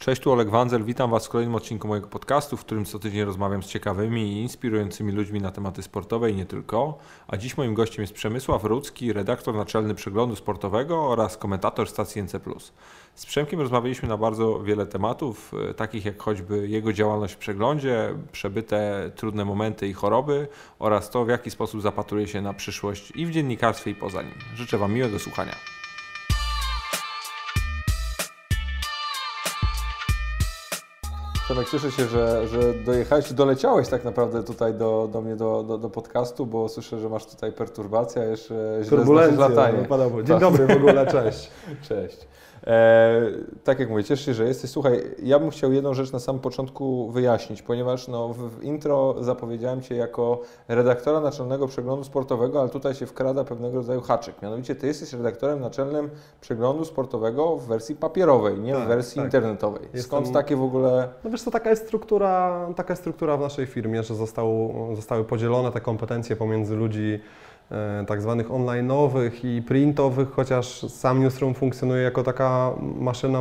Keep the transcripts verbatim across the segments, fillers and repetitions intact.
Cześć, tu Oleg Wanzel, witam Was w kolejnym odcinku mojego podcastu, w którym co tydzień rozmawiam z ciekawymi i inspirującymi ludźmi na tematy sportowe i nie tylko. A dziś moim gościem jest Przemysław Rudzki, redaktor naczelny Przeglądu Sportowego oraz komentator stacji N C plus. Z Przemkiem rozmawialiśmy na bardzo wiele tematów, takich jak choćby jego działalność w Przeglądzie, przebyte trudne momenty i choroby oraz to, w jaki sposób zapatruje się na przyszłość i w dziennikarstwie i poza nim. Życzę Wam miłego słuchania. Przemek, cieszę się, że, że dojechałeś, doleciałeś tak naprawdę tutaj do, do mnie, do, do, do podcastu, bo słyszę, że masz tutaj perturbację, a jeszcze źle znasz latanie. No, dzień dobry w ogóle, cześć. Cześć. E, tak jak mówię, cieszę się, że jesteś. Słuchaj, ja bym chciał jedną rzecz na samym początku wyjaśnić, ponieważ no, w, w intro zapowiedziałem Cię jako redaktora naczelnego Przeglądu Sportowego, ale tutaj się wkrada pewnego rodzaju haczyk. Mianowicie Ty jesteś redaktorem naczelnym Przeglądu Sportowego w wersji papierowej, nie tak, w wersji tak. internetowej. Skąd Jestem... takie w ogóle... No wiesz co, taka jest struktura, taka jest struktura w naszej firmie, że został, zostały podzielone te kompetencje pomiędzy ludzi tak zwanych online'owych i printowych, chociaż sam newsroom funkcjonuje jako taka maszyna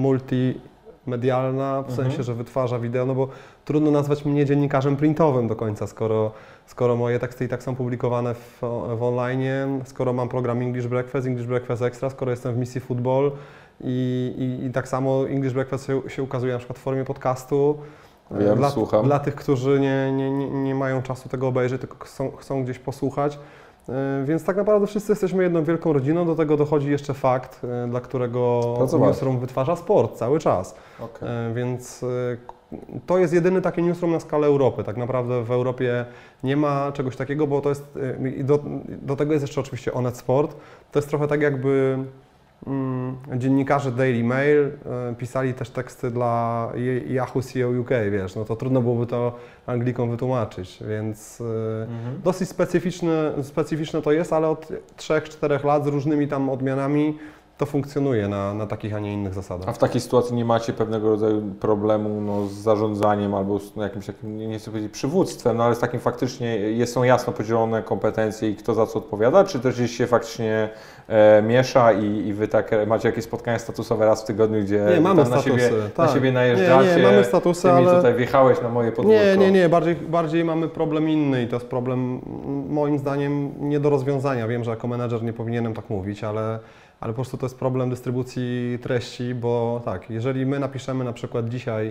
multimedialna, w sensie, mhm. że wytwarza wideo, no bo trudno nazwać mnie dziennikarzem printowym do końca, skoro, skoro moje teksty i tak są publikowane w, w online, skoro mam program English Breakfast, English Breakfast Extra, skoro jestem w misji Football i, i, i tak samo English Breakfast się, się ukazuje na przykład w formie podcastu. Wiem, dla, słucham. dla tych, którzy nie, nie, nie, nie mają czasu tego obejrzeć, tylko chcą, chcą gdzieś posłuchać. Więc tak naprawdę wszyscy jesteśmy jedną wielką rodziną, do tego dochodzi jeszcze fakt, dla którego newsroom wytwarza sport cały czas. Okay. Więc to jest jedyny taki newsroom na skalę Europy. Tak naprawdę w Europie nie ma czegoś takiego, bo to jest, do, do tego jest jeszcze oczywiście Onet Sport. To jest trochę tak jakby mm, dziennikarze Daily Mail y, pisali też teksty dla Yahoo C E O U K, wiesz, no to trudno byłoby to Anglikom wytłumaczyć, więc y, mhm. dosyć specyficzne, specyficzne to jest, ale od trzech czterech lat z różnymi tam odmianami to funkcjonuje na, na takich, a nie innych zasadach. A w takiej sytuacji nie macie pewnego rodzaju problemu no, z zarządzaniem albo z no, jakimś takim, nie chcę powiedzieć przywództwem, no ale z takim faktycznie jest, są jasno podzielone kompetencje i kto za co odpowiada, czy też gdzieś się faktycznie e, miesza i, i Wy tak macie jakieś spotkania statusowe raz w tygodniu, gdzie nie, mamy tam na, statusy, siebie, tak. na siebie najeżdżacie, nie, nie, mamy statusy, ty mi ale... tutaj wjechałeś na moje podwórko. Nie, nie, nie, bardziej, bardziej mamy problem inny i to jest problem moim zdaniem nie do rozwiązania. Wiem, że jako menedżer nie powinienem tak mówić, ale Ale po prostu to jest problem dystrybucji treści, bo tak, jeżeli my napiszemy na przykład dzisiaj,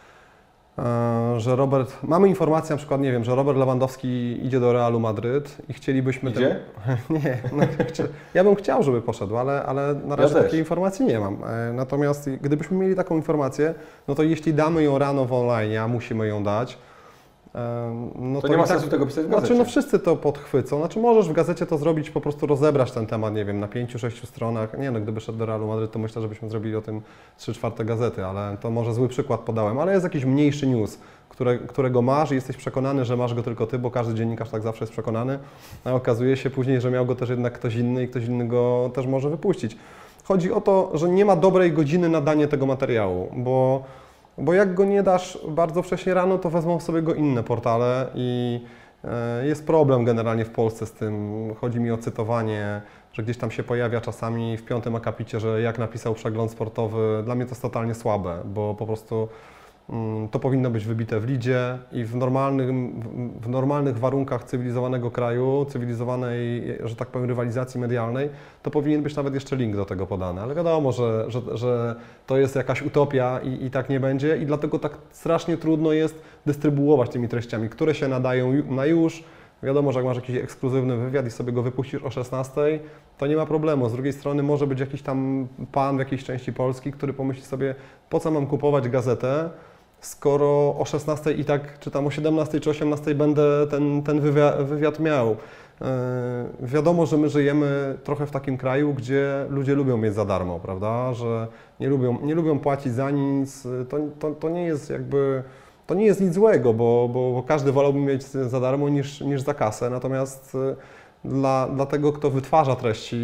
że Robert, mamy informację na przykład, nie wiem, że Robert Lewandowski idzie do Realu Madryt i chcielibyśmy... Idzie? Ten... nie, no, ja bym chciał, żeby poszedł, ale, ale na razie ja takiej informacji nie mam. Natomiast gdybyśmy mieli taką informację, no to jeśli damy ją rano w online, a musimy ją dać, No to, to nie ma sensu tak, tego pisać w gazecie. Znaczy, no wszyscy to podchwycą. Znaczy, możesz w gazecie to zrobić, po prostu rozebrać ten temat, nie wiem, na pięciu, sześciu stronach. Nie no, gdyby szedł do Realu Madryt, to myślę, żebyśmy zrobili o tym trzy czwarte gazety, ale to może zły przykład podałem. Ale jest jakiś mniejszy news, które, którego masz i jesteś przekonany, że masz go tylko ty, bo każdy dziennikarz tak zawsze jest przekonany, a okazuje się później, że miał go też jednak ktoś inny i ktoś inny go też może wypuścić. Chodzi o to, że nie ma dobrej godziny na danie tego materiału, bo Bo jak go nie dasz bardzo wcześnie rano, to wezmą sobie go inne portale i jest problem generalnie w Polsce z tym. Chodzi mi o cytowanie, że gdzieś tam się pojawia czasami w piątym akapicie, że jak napisał Przegląd Sportowy. Dla mnie to jest totalnie słabe, bo po prostu to powinno być wybite w lidzie i w normalnych, w normalnych warunkach cywilizowanego kraju, cywilizowanej, że tak powiem, rywalizacji medialnej, to powinien być nawet jeszcze link do tego podany. Ale wiadomo, że, że, że to jest jakaś utopia i, i tak nie będzie i dlatego tak strasznie trudno jest dystrybuować tymi treściami, które się nadają na już. Wiadomo, że jak masz jakiś ekskluzywny wywiad i sobie go wypuścisz o szesnastej, to nie ma problemu. Z drugiej strony może być jakiś tam pan w jakiejś części Polski, który pomyśli sobie, po co mam kupować gazetę, skoro o szesnastej i tak, czy tam o siedemnastej czy osiemnastej będę ten, ten wywiad, wywiad miał. Yy, wiadomo, że my żyjemy trochę w takim kraju, gdzie ludzie lubią mieć za darmo, prawda? Że nie lubią, nie lubią płacić za nic. To, to, to nie jest jakby... To nie jest nic złego, bo, bo, bo każdy wolałby mieć za darmo niż, niż za kasę, natomiast dla, dla tego, kto wytwarza treści,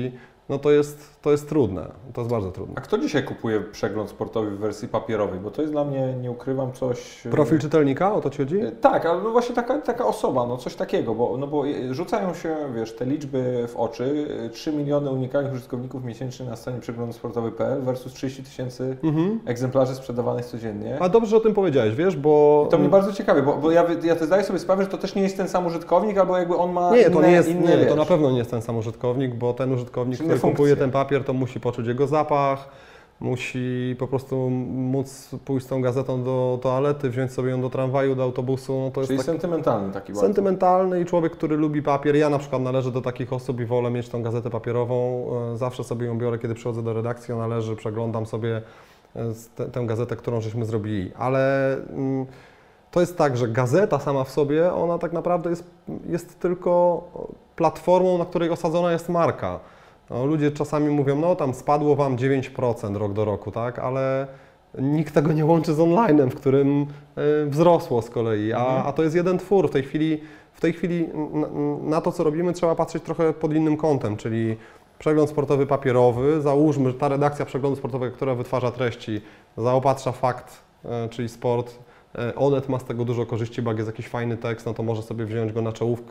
no to jest, to jest trudne, to jest bardzo trudne. A kto dzisiaj kupuje przegląd sportowy w wersji papierowej? Bo to jest dla mnie, nie ukrywam, coś... Profil czytelnika, o to Ci chodzi? Tak, ale no właśnie taka, taka osoba, no coś takiego, bo, no bo rzucają się, wiesz, te liczby w oczy, trzy miliony unikalnych użytkowników miesięcznie na stronie przeglądu sportowy kropka p l versus trzydzieści tysięcy mhm. egzemplarzy sprzedawanych codziennie. A dobrze, że o tym powiedziałeś, wiesz, bo... I to mnie bardzo ciekawi, bo, bo ja, ja też zdaję sobie sprawę, że to też nie jest ten sam użytkownik, albo jakby on ma nie, inne, to nie jest, inne, nie, to na pewno nie jest ten sam użytkownik, bo ten użytkownik, który funkcje. kupuje ten papier, to musi poczuć jego zapach, musi po prostu móc pójść z tą gazetą do toalety, wziąć sobie ją do tramwaju, do autobusu. No to Czyli jest taki sentymentalny taki bardzo. Sentymentalny i człowiek, który lubi papier. Ja na przykład należę do takich osób i wolę mieć tą gazetę papierową. Zawsze sobie ją biorę, kiedy przychodzę do redakcji, ona leży, przeglądam sobie tę, tę gazetę, którą żeśmy zrobili. Ale mm, to jest tak, że gazeta sama w sobie, ona tak naprawdę jest, jest tylko platformą, na której osadzona jest marka. No, ludzie czasami mówią, no tam spadło Wam dziewięć procent rok do roku, tak, ale nikt tego nie łączy z online'em, w którym y, wzrosło z kolei, a, mhm. a to jest jeden twór. W tej chwili, w tej chwili na, na to, co robimy, trzeba patrzeć trochę pod innym kątem, czyli przegląd sportowy papierowy, załóżmy, że ta redakcja przeglądu sportowego, która wytwarza treści, zaopatrza fakt, y, czyli sport, y, Onet ma z tego dużo korzyści, bo jak jest jakiś fajny tekst, no to może sobie wziąć go na czołówkę,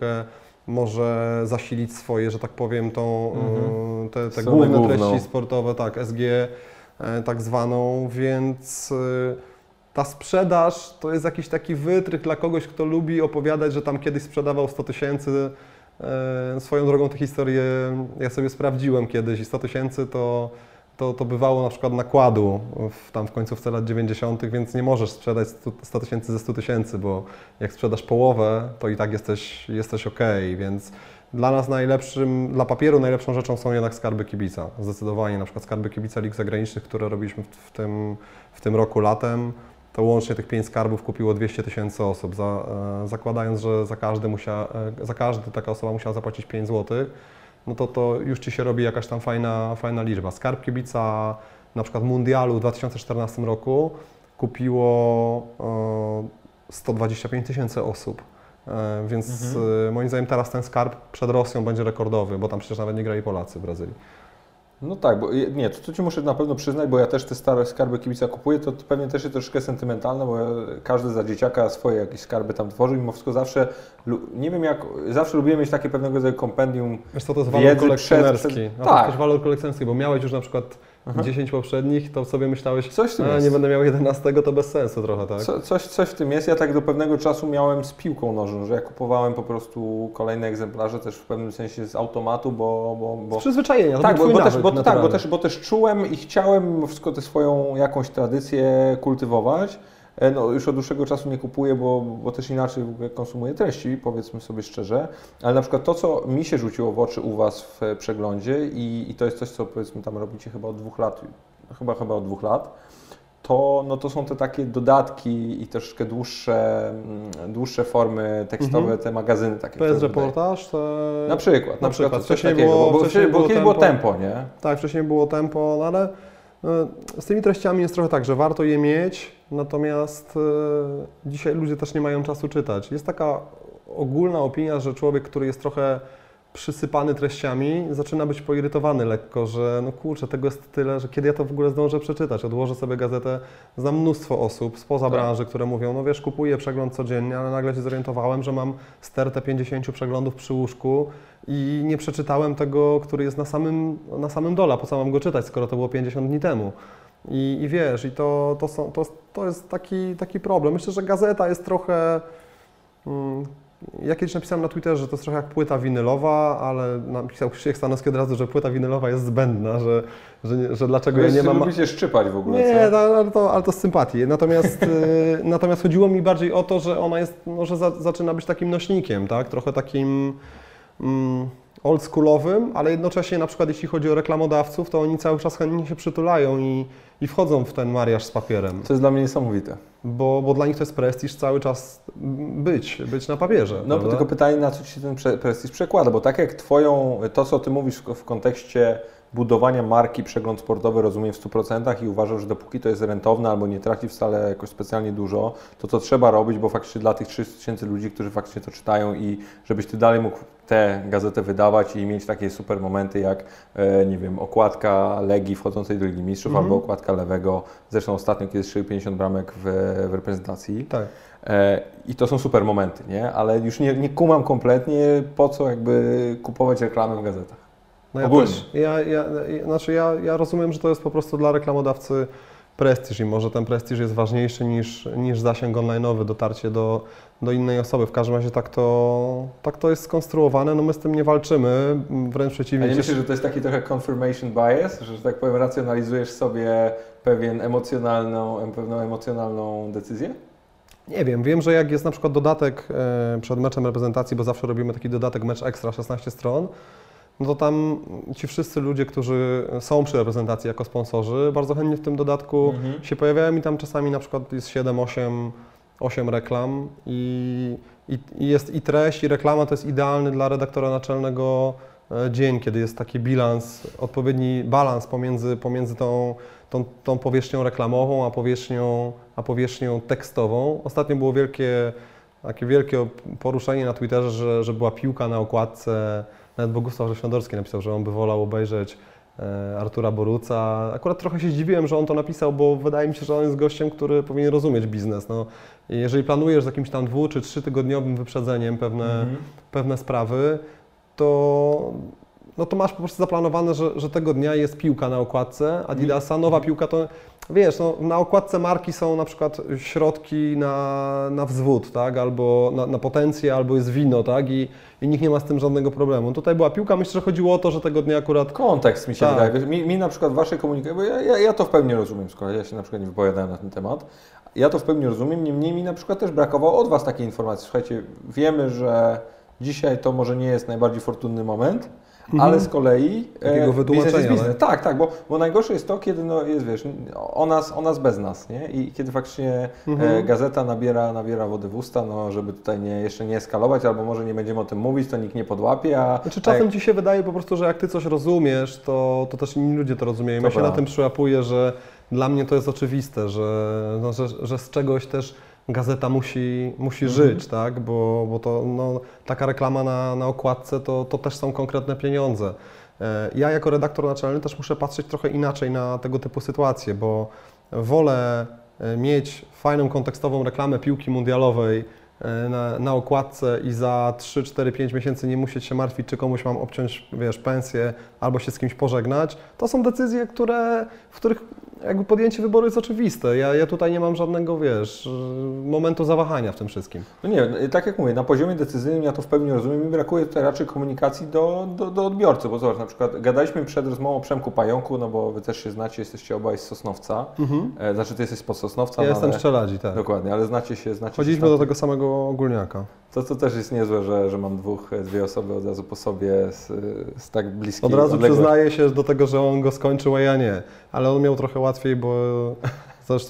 może zasilić swoje, że tak powiem, tą, mhm. te, te główne główną. treści sportowe, tak, S G tak zwaną, więc ta sprzedaż to jest jakiś taki wytrych dla kogoś, kto lubi opowiadać, że tam kiedyś sprzedawał sto tysięcy. Swoją drogą tę historię ja sobie sprawdziłem kiedyś i sto tysięcy to, to, to bywało na przykład nakładu w, tam w końcówce lat dziewięćdziesiątych, więc nie możesz sprzedać sto tysięcy ze stu tysięcy, bo jak sprzedasz połowę, to i tak jesteś, jesteś ok, więc dla nas najlepszym, dla papieru najlepszą rzeczą są jednak skarby kibica. Zdecydowanie, na przykład skarby kibica lig zagranicznych, które robiliśmy w, w, tym, w tym roku latem, to łącznie tych pięć skarbów kupiło dwieście tysięcy osób, za, e, zakładając, że za każdy, musiała, e, za każdy taka osoba musiała zapłacić pięć złotych, no to to już Ci się robi jakaś tam fajna, fajna liczba. Skarb kibica na przykład mundialu w dwa tysiące czternastym roku kupiło e, sto dwadzieścia pięć tysięcy osób. Więc mhm. moim zdaniem teraz ten skarb przed Rosją będzie rekordowy, bo tam przecież nawet nie grali Polacy w Brazylii. No tak, bo nie, to, to Ci muszę na pewno przyznać, bo ja też te stare skarby kibica kupuję, to, to pewnie też jest troszkę sentymentalne, bo ja, każdy za dzieciaka swoje jakieś skarby tam tworzy, mimo wszystko zawsze, nie wiem jak, zawsze lubiłem mieć takie pewnego rodzaju kompendium. Wiesz co, to jest walor kolekcjonerski, przed, a tak. to jest też walor kolekcjonerski, bo miałeś już na przykład Aha. dziesięć poprzednich, to sobie myślałeś, coś w tym a, nie będę miał jedenastego, to bez sensu trochę, tak? Co, coś, coś w tym jest. Ja tak do pewnego czasu miałem z piłką nożną, że ja kupowałem po prostu kolejne egzemplarze też w pewnym sensie z automatu, bo... bo, bo... Z przyzwyczajenia, to tak, bo, bo, też, bo, tak, bo, też, bo też czułem i chciałem mimo wszystko tę swoją jakąś tradycję kultywować. No, już od dłuższego czasu nie kupuję, bo, bo też inaczej konsumuję treści, powiedzmy sobie szczerze, ale na przykład to, co mi się rzuciło w oczy u Was w przeglądzie i, i to jest coś, co powiedzmy tam robicie chyba od dwóch lat, chyba chyba od dwóch lat, to, no, to są te takie dodatki i troszeczkę dłuższe, dłuższe formy tekstowe, mhm. te magazyny takie. To jest reportaż? To... Na przykład, na, na przykład, coś wcześniej takiego, było, bo, wcześniej bo, bo kiedyś było tempo, nie? Tak, wcześniej było tempo, no ale z tymi treściami jest trochę tak, że warto je mieć, natomiast e, dzisiaj ludzie też nie mają czasu czytać. Jest taka ogólna opinia, że człowiek, który jest trochę przysypany treściami, zaczyna być poirytowany lekko, że no kurczę, tego jest tyle, że kiedy ja to w ogóle zdążę przeczytać, odłożę sobie gazetę. Znam mnóstwo osób spoza tak. branży, które mówią, no wiesz, kupuję przegląd codziennie, ale nagle się zorientowałem, że mam stertę pięćdziesięciu przeglądów przy łóżku i nie przeczytałem tego, który jest na samym, na samym dole, a po co mam go czytać, skoro to było pięćdziesiąt dni temu. I, i wiesz, i to, to, są, to, to jest taki, taki problem. Myślę, że gazeta jest trochę... Hmm, Ja kiedyś napisałem na Twitterze, że to jest trochę jak płyta winylowa, ale napisał Krzysiek Stanowski od razu, że płyta winylowa jest zbędna, że, że, że dlaczego ja nie mam... lubicie szczypać w ogóle, Nie, no, ale, to, ale to z sympatii. Natomiast, y, natomiast chodziło mi bardziej o to, że ona jest, no, że za, zaczyna być takim nośnikiem, tak? Trochę takim mm, oldschoolowym, ale jednocześnie na przykład jeśli chodzi o reklamodawców, to oni cały czas chętnie się przytulają i, i wchodzą w ten mariaż z papierem. To jest dla mnie niesamowite. Bo, bo dla nich to jest prestiż cały czas być, być na papierze. No prawda? Tylko pytanie, na co Ci się ten prestiż przekłada, bo tak jak Twoją, to co Ty mówisz w, w kontekście budowania marki Przegląd Sportowy rozumiem w stu procentach i uważam, że dopóki to jest rentowne albo nie traci wcale jakoś specjalnie dużo, to to trzeba robić, bo faktycznie dla tych trzysta tysięcy ludzi, którzy faktycznie to czytają i żebyś Ty dalej mógł tę gazetę wydawać i mieć takie super momenty jak, e, nie wiem, okładka Legii wchodzącej do Ligi Mistrzów Mhm. albo okładka Lewego, zresztą ostatnio kiedy strzelił pięćdziesiąt bramek w, w reprezentacji. Tak. E, I to są super momenty, nie? Ale już nie, nie kumam kompletnie, po co jakby kupować reklamy w gazetach. No ja Ogólnie. też, ja, ja, ja, znaczy ja, ja rozumiem, że to jest po prostu dla reklamodawcy prestiż i może ten prestiż jest ważniejszy niż, niż zasięg online'owy, dotarcie do, do innej osoby. W każdym razie tak to, tak to jest skonstruowane, no my z tym nie walczymy, wręcz przeciwnie. A nie myślisz, że to jest taki trochę confirmation bias, że, że tak powiem racjonalizujesz sobie pewien emocjonalną, pewną emocjonalną decyzję? Nie wiem, wiem, że jak jest na przykład dodatek e, przed meczem reprezentacji, bo zawsze robimy taki dodatek mecz ekstra, szesnaście stron, no to tam ci wszyscy ludzie, którzy są przy reprezentacji jako sponsorzy, bardzo chętnie w tym dodatku Mhm. się pojawiają i tam czasami na przykład jest siedem, osiem, osiem reklam i, i, i jest i treść, i reklama to jest idealny dla redaktora naczelnego e, dzień, kiedy jest taki bilans, odpowiedni balans pomiędzy, pomiędzy tą, tą, tą powierzchnią reklamową, a powierzchnią, a powierzchnią tekstową. Ostatnio było wielkie, takie wielkie poruszenie na Twitterze, że, że była piłka na okładce. Nawet Bogusław Rześniodorski napisał, że on by wolał obejrzeć e, Artura Boruca. Akurat trochę się zdziwiłem, że on to napisał, bo wydaje mi się, że on jest gościem, który powinien rozumieć biznes. No, jeżeli planujesz z jakimś tam dwu czy trzytygodniowym wyprzedzeniem pewne, Mhm. pewne sprawy, to, no to masz po prostu zaplanowane, że, że tego dnia jest piłka na okładce Adidasa, nowa piłka to, wiesz, no, na okładce marki są na przykład środki na, na wzwód, tak, albo na, na potencję, albo jest wino, tak, i, i nikt nie ma z tym żadnego problemu. Tutaj była piłka, myślę, że chodziło o to, że tego dnia akurat... Kontekst mi się Tak. wydaje. Mi, mi na przykład Waszej komunikacji, bo ja, ja, ja to w pełni rozumiem, skoro ja się na przykład nie wypowiadałem na ten temat, ja to w pełni rozumiem, niemniej mi na przykład też brakowało od Was takiej informacji. Słuchajcie, wiemy, że dzisiaj to może nie jest najbardziej fortunny moment, Mhm. ale z kolei Takiego biznes wytłumaczenia, jest biznes. nie? Tak, tak, bo, bo najgorsze jest to, kiedy no, jest, wiesz, o nas, o nas bez nas, nie? I kiedy faktycznie Mhm. e, gazeta nabiera, nabiera wody w usta, no, żeby tutaj nie, jeszcze nie eskalować, albo może nie będziemy o tym mówić, to nikt nie podłapie, a... Znaczy a czasem jak- Ci się wydaje po prostu, że jak Ty coś rozumiesz, to, to też inni ludzie to rozumieją. To Ja się na prawda. tym przyłapuję, że dla mnie to jest oczywiste, że, no, że, że z czegoś też gazeta musi, musi Mhm. żyć, tak? Bo, bo to no, taka reklama na, na okładce to, to też są konkretne pieniądze. E, Ja jako redaktor naczelny też muszę patrzeć trochę inaczej na tego typu sytuacje, bo wolę e, mieć fajną kontekstową reklamę piłki mundialowej e, na, na okładce i za trzy, cztery, pięć miesięcy nie musieć się martwić, czy komuś mam obciąć, wiesz, pensję albo się z kimś pożegnać. To są decyzje, które, w których jakby podjęcie wyboru jest oczywiste. Ja, ja tutaj nie mam żadnego, wiesz, momentu zawahania w tym wszystkim. No nie, tak jak mówię, na poziomie decyzyjnym ja to w pełni rozumiem, mi brakuje tutaj raczej komunikacji do, do, do odbiorcy, bo zobacz, na przykład gadaliśmy przed rozmową o Przemku Pająku, no bo Wy też się znacie, jesteście obaj z Sosnowca, Mhm. e, znaczy Ty jesteś spod Sosnowca, Ja no, jestem ale, z Czeladzi, tak. dokładnie, ale znacie się, znacie Chodziliśmy się do stamtąd. tego samego ogólniaka. To, to też jest niezłe, że, że mam dwóch, dwie osoby od razu po sobie z, z tak bliskiej Od razu odległości. przyznaję się do tego, że on go skończył, a ja nie. Ale on miał trochę łatwiej, bo zresztą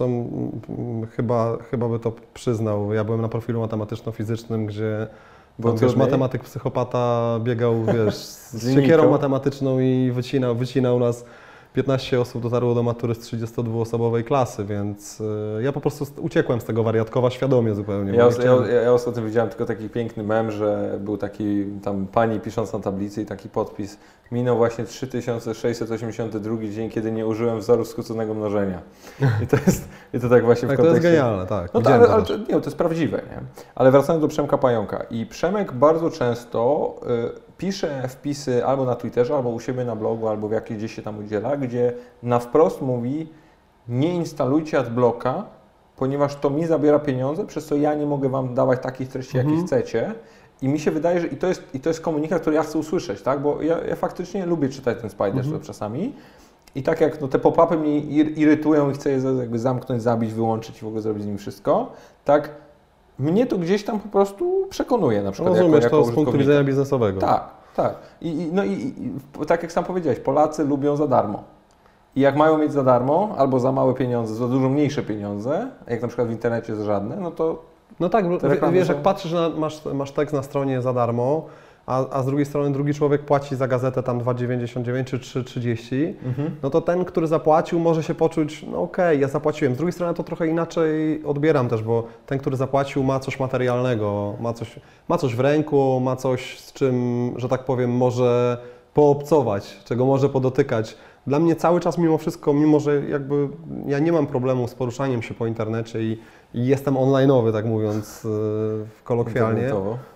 mm, chyba, chyba by to przyznał. Ja byłem na profilu matematyczno-fizycznym, gdzie Było tam, wiesz, trudniej? matematyk psychopata biegał, wiesz, z Z linijką? siekierą matematyczną i wycinał, wycinał nas. piętnaście osób dotarło do matury z trzydziestodwuosobowej klasy, więc y, ja po prostu st- uciekłem z tego wariatkowa świadomie zupełnie. bo Ja, nie os- chciałem- ja, ja ostatnio widziałem tylko taki piękny mem, że był taki tam pani pisząc na tablicy i taki podpis: minął właśnie trzy tysiące sześćset osiemdziesiąty drugi dzień, kiedy nie użyłem wzoru skróconego mnożenia. I to jest, i to tak właśnie w Tak, to jest kontekście... genialne, tak. No to, Widziałem ale, to ale też. to, nie, to jest prawdziwe, nie? Ale wracając do Przemka Pająka. I Przemek bardzo często y, pisze wpisy albo na Twitterze, albo u siebie na blogu, albo w jakiejś gdzieś się tam udziela, gdzie na wprost mówi: nie instalujcie adblocka, ponieważ to mi zabiera pieniądze, przez co ja nie mogę Wam dawać takich treści, jakie Mhm. chcecie. I mi się wydaje, że i to jest, i to jest komunikat, który ja chcę usłyszeć, tak? Bo ja, ja faktycznie lubię czytać ten Spider Mhm. czasami. I tak jak no, te pop-upy mnie ir- irytują i chcę je za- jakby zamknąć, zabić, wyłączyć i w ogóle zrobić z nimi wszystko, tak mnie to gdzieś tam po prostu przekonuje na przykład. Rozumiesz jako, to jako z punktu użytkownika. widzenia biznesowego. Tak, tak. I, i, no i, i tak jak sam powiedziałeś, Polacy lubią za darmo. I jak mają mieć za darmo, albo za małe pieniądze, za dużo mniejsze pieniądze, jak na przykład w internecie jest żadne, no to No tak, Te w- reklamy wiesz, są- jak patrzysz, na, masz, masz tekst na stronie za darmo, a, a z drugiej strony drugi człowiek płaci za gazetę tam dwa dziewięćdziesiąt dziewięć czy trzy trzydzieści, mhm. no to ten, który zapłacił, może się poczuć, no okej, okay, ja zapłaciłem. Z drugiej strony to trochę inaczej odbieram też, bo ten, który zapłacił, ma coś materialnego, ma coś, ma coś w ręku, ma coś, z czym, że tak powiem, może poobcować, czego może podotykać. Dla mnie cały czas mimo wszystko, mimo że jakby ja nie mam problemu z poruszaniem się po internecie i, i jestem online'owy, tak mówiąc yy, kolokwialnie,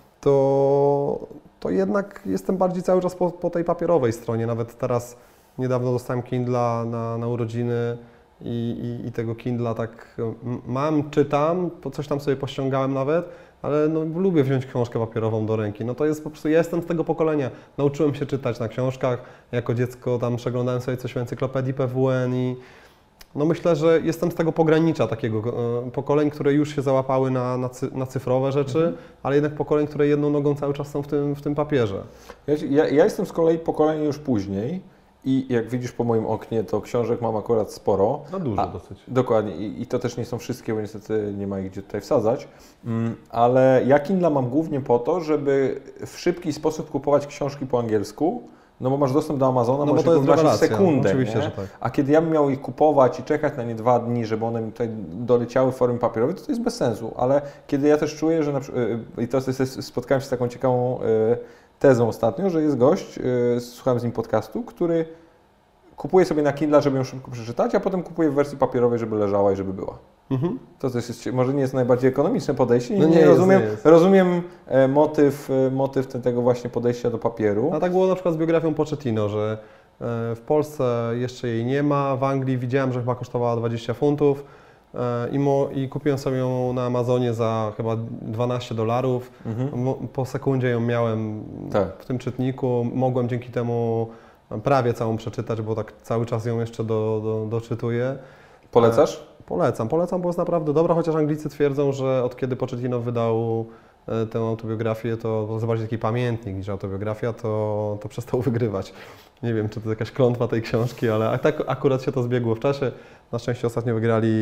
to, to jednak jestem bardziej cały czas po, po tej papierowej stronie. Nawet teraz niedawno dostałem Kindla na, na urodziny i, i, i tego Kindla tak mam, czytam, coś tam sobie pościągałem nawet, ale no, lubię wziąć książkę papierową do ręki. No to jest po prostu, ja jestem z tego pokolenia. Nauczyłem się czytać na książkach. Jako dziecko tam przeglądałem sobie coś w encyklopedii P W N i no myślę, że jestem z tego pogranicza takiego e, pokoleń, które już się załapały na, na, cy, na cyfrowe rzeczy, mhm. ale jednak pokoleń, które jedną nogą cały czas są w tym, w tym papierze. Ja, ja, ja jestem z kolei pokolenie już później. I jak widzisz po moim oknie, to książek mam akurat sporo. No dużo A, dosyć. Dokładnie. I, I to też nie są wszystkie, bo niestety nie ma ich gdzie tutaj wsadzać. Mm, ale ja Kindle mam głównie po to, żeby w szybki sposób kupować książki po angielsku, no bo masz dostęp do Amazona, no możesz je kupować w sekundę. Oczywiście, nie? że tak. A kiedy ja bym miał ich kupować i czekać na nie dwa dni, żeby one mi tutaj doleciały w formie papierowej, to to jest bez sensu. Ale kiedy ja też czuję, że na przykład, i to jest, spotkałem się z taką ciekawą tezą ostatnio, że jest gość, słuchałem z nim podcastu, który kupuje sobie na Kindle, żeby ją szybko przeczytać, a potem kupuje w wersji papierowej, żeby leżała i żeby była. Mhm. To też jest, może nie jest najbardziej ekonomiczne podejście, no nie, nie jest, rozumiem, nie jest. rozumiem e, motyw, e, motyw tego właśnie podejścia do papieru. A tak było na przykład z biografią Pochettino, że e, w Polsce jeszcze jej nie ma, w Anglii widziałem, że chyba kosztowała dwadzieścia funtów e, i, mo, i kupiłem sobie ją na Amazonie za chyba dwanaście dolarów. Mhm. Mo, po sekundzie ją miałem tak. w tym czytniku, mogłem dzięki temu prawie całą przeczytać, bo tak cały czas ją jeszcze do, do, doczytuję. Polecasz? E, polecam, polecam, bo jest naprawdę dobra, chociaż Anglicy twierdzą, że od kiedy Pochettino wydał e, tę autobiografię, to, to zobaczyć taki pamiętnik niż autobiografia, to, to przestał wygrywać. Nie wiem, czy to jakaś klątwa tej książki, ale tak akurat się to zbiegło w czasie. Na szczęście ostatnio wygrali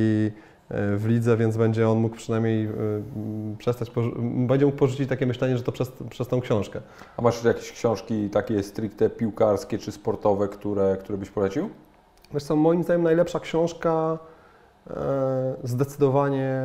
w lidze, więc będzie on mógł przynajmniej przestać, będzie mógł porzucić takie myślenie, że to przez, przez tą książkę. A masz jakieś książki takie stricte piłkarskie czy sportowe, które, które byś polecił? Wiesz co, moim zdaniem najlepsza książka e, zdecydowanie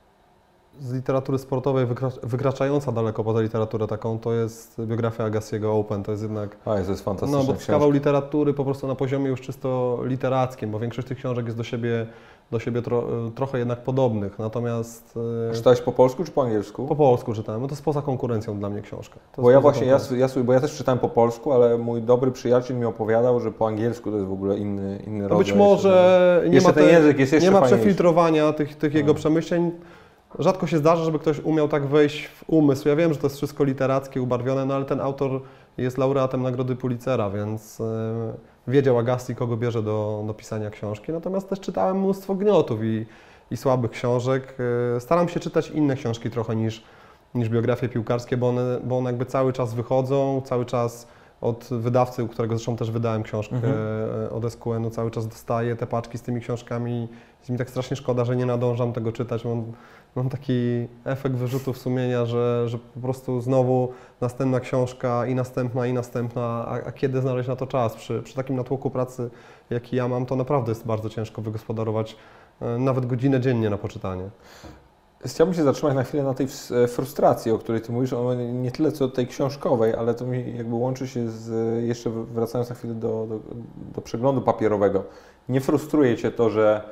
z literatury sportowej wykraczająca daleko poza literaturę taką, to jest biografia Agassiego Open. To jest jednak... A, to jest fantastyczna No, bo to jest kawał literatury po prostu na poziomie już czysto literackim, bo większość tych książek jest do siebie, do siebie tro, trochę jednak podobnych, natomiast... Czytałeś po polsku czy po angielsku? Po polsku czytałem, no to jest poza konkurencją dla mnie książka. Bo ja właśnie, ja, ja, bo ja też czytałem po polsku, ale mój dobry przyjaciel mi opowiadał, że po angielsku to jest w ogóle inny, inny rodzaj. Być może jeszcze, nie, jeszcze ma te, ten język jest jeszcze nie ma fajniejszy. przefiltrowania tych, tych jego no. przemyśleń. Rzadko się zdarza, żeby ktoś umiał tak wejść w umysł. Ja wiem, że to jest wszystko literackie, ubarwione, no ale ten autor jest laureatem Nagrody Pulitzera, więc yy, wiedział Agassi, kogo bierze do, do pisania książki. Natomiast też czytałem mnóstwo gniotów i, i słabych książek. Yy, staram się czytać inne książki trochę niż, niż biografie piłkarskie, bo one, bo one jakby cały czas wychodzą, cały czas od wydawcy, u którego zresztą też wydałem książkę mhm. od S Q N-u, cały czas dostaję te paczki z tymi książkami. Jest mi tak strasznie szkoda, że nie nadążam tego czytać. Mam, mam taki efekt wyrzutów sumienia, że, że po prostu znowu następna książka i następna i następna, a, a kiedy znaleźć na to czas? Przy, przy takim natłoku pracy, jaki ja mam, to naprawdę jest bardzo ciężko wygospodarować nawet godzinę dziennie na poczytanie. Chciałbym się zatrzymać na chwilę na tej frustracji, o której Ty mówisz, nie tyle co tej książkowej, ale to mi jakby łączy się z, jeszcze wracając na chwilę do, do, do przeglądu papierowego. Nie frustruje Cię to, że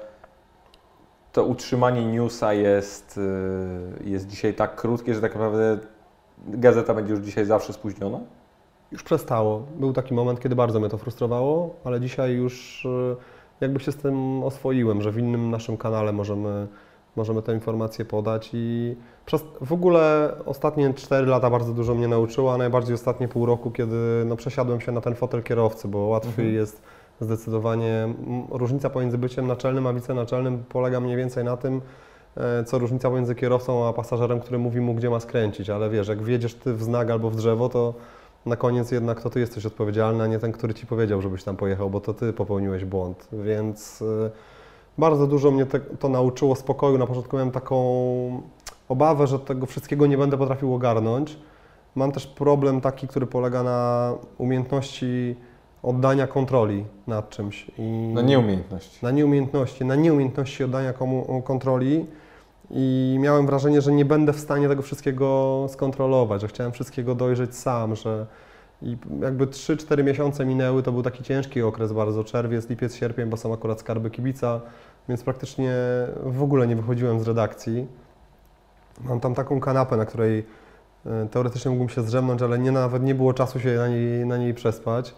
to utrzymanie newsa jest, jest dzisiaj tak krótkie, że tak naprawdę gazeta będzie już dzisiaj zawsze spóźniona? Już przestało. Był taki moment, kiedy bardzo mnie to frustrowało, ale dzisiaj już jakby się z tym oswoiłem, że w innym naszym kanale możemy Możemy te informacje podać i przez w ogóle ostatnie cztery lata bardzo dużo mnie nauczyło, a najbardziej ostatnie pół roku, kiedy no, przesiadłem się na ten fotel kierowcy, bo łatwiej mhm. jest zdecydowanie. Różnica pomiędzy byciem naczelnym a wicenaczelnym polega mniej więcej na tym, co różnica pomiędzy kierowcą a pasażerem, który mówi mu, gdzie ma skręcić, ale wiesz, jak wjedziesz ty w znak albo w drzewo, to na koniec jednak to ty jesteś odpowiedzialny, a nie ten, który ci powiedział, żebyś tam pojechał, bo to ty popełniłeś błąd, więc bardzo dużo mnie te, to nauczyło spokoju. Na początku miałem taką obawę, że tego wszystkiego nie będę potrafił ogarnąć. mam też problem taki, który polega na umiejętności oddania kontroli nad czymś. I na nieumiejętności. Na nieumiejętności, na nieumiejętności oddania komu, kontroli i miałem wrażenie, że nie będę w stanie tego wszystkiego skontrolować, że chciałem wszystkiego dojrzeć sam, że i jakby trzy cztery miesiące minęły, to był taki ciężki okres bardzo, czerwiec, lipiec, sierpień, bo są akurat skarby kibica, więc praktycznie w ogóle nie wychodziłem z redakcji. Mam tam taką kanapę, na której teoretycznie mógłbym się zdrzemnąć, ale nie, nawet nie było czasu się na niej, na niej przespać.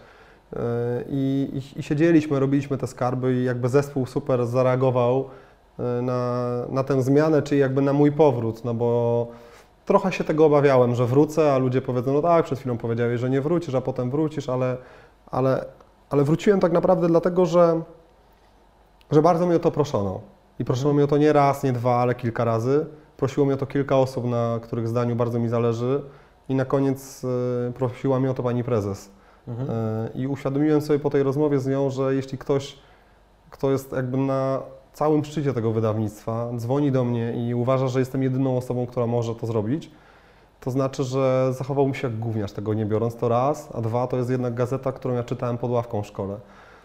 I, i, I siedzieliśmy, robiliśmy te skarby i jakby zespół super zareagował na, na tę zmianę, czyli jakby na mój powrót, no bo trochę się tego obawiałem, że wrócę, a ludzie powiedzą, no tak, przed chwilą powiedziałeś, że nie wrócisz, a potem wrócisz, ale, ale, ale wróciłem tak naprawdę dlatego, że, że bardzo mnie o to proszono. I proszono mhm. mnie o to nie raz, nie dwa, ale kilka razy. Prosiło mnie o to kilka osób, na których zdaniu bardzo mi zależy i na koniec y, prosiła mnie o to pani prezes. Mhm. Y, I uświadomiłem sobie po tej rozmowie z nią, że jeśli ktoś, kto jest jakby na całym szczycie tego wydawnictwa, dzwoni do mnie i uważa, że jestem jedyną osobą, która może to zrobić, to znaczy, że zachowałbym się jak gówniarz, tego nie biorąc, to raz, a dwa, to jest jednak gazeta, którą ja czytałem pod ławką w szkole.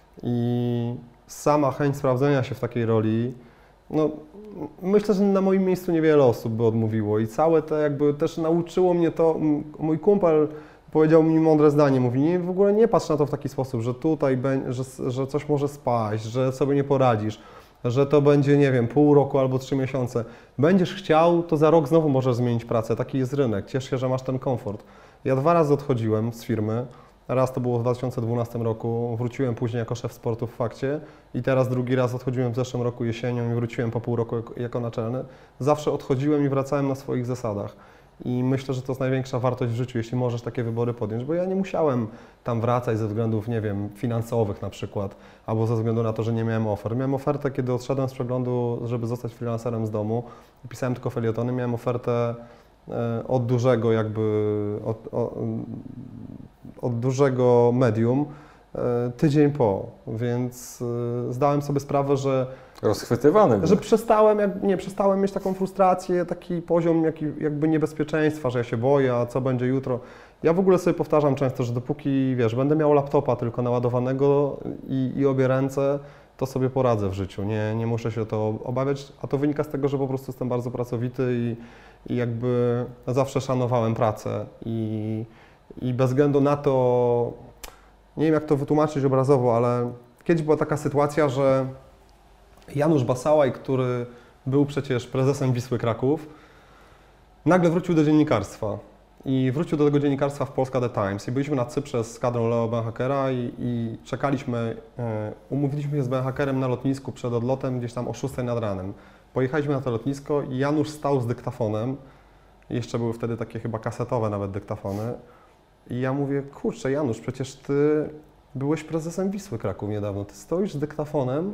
I sama chęć sprawdzenia się w takiej roli, no myślę, że na moim miejscu niewiele osób by odmówiło i całe to jakby też nauczyło mnie to, mój kumpel powiedział mi mądre zdanie, mówi, nie, w ogóle nie patrz na to w taki sposób, że tutaj, że, że coś może spaść, że sobie nie poradzisz, że to będzie, nie wiem, pół roku albo trzy miesiące. Będziesz chciał, to za rok znowu możesz zmienić pracę, taki jest rynek, ciesz się, że masz ten komfort. Ja dwa razy odchodziłem z firmy, raz to było w dwa tysiące dwunastym roku, wróciłem później jako szef sportu w Fakcie i teraz drugi raz odchodziłem w zeszłym roku jesienią i wróciłem po pół roku jako naczelny. Zawsze odchodziłem i wracałem na swoich zasadach. I myślę, że to jest największa wartość w życiu, jeśli możesz takie wybory podjąć, bo ja nie musiałem tam wracać ze względów, nie wiem, finansowych na przykład, albo ze względu na to, że nie miałem ofert. Miałem ofertę, kiedy odszedłem z przeglądu, żeby zostać freelancerem z domu i pisałem tylko felietony. Miałem ofertę od dużego jakby, od, od, od dużego medium tydzień po, więc zdałem sobie sprawę, że rozchwytywany. Że przestałem, jak, nie, przestałem mieć taką frustrację, taki poziom jaki, jakby niebezpieczeństwa, że ja się boję, a co będzie jutro. Ja w ogóle sobie powtarzam często, że dopóki, wiesz, będę miał laptopa tylko naładowanego i, i obie ręce, to sobie poradzę w życiu, nie, nie muszę się to obawiać, a to wynika z tego, że po prostu jestem bardzo pracowity i, i jakby zawsze szanowałem pracę i, i bez względu na to, nie wiem jak to wytłumaczyć obrazowo, ale kiedyś była taka sytuacja, że Janusz Basałaj, który był przecież prezesem Wisły Kraków, nagle wrócił do dziennikarstwa i wrócił do tego dziennikarstwa w Polska The Times i byliśmy na Cyprze z kadrą Leo Benhakera i, i czekaliśmy, e, umówiliśmy się z Benhakerem na lotnisku przed odlotem gdzieś tam o szóstej nad ranem. Pojechaliśmy na to lotnisko i Janusz stał z dyktafonem, jeszcze były wtedy takie chyba kasetowe nawet dyktafony i ja mówię, kurczę Janusz, przecież ty byłeś prezesem Wisły Kraków niedawno, ty stoisz z dyktafonem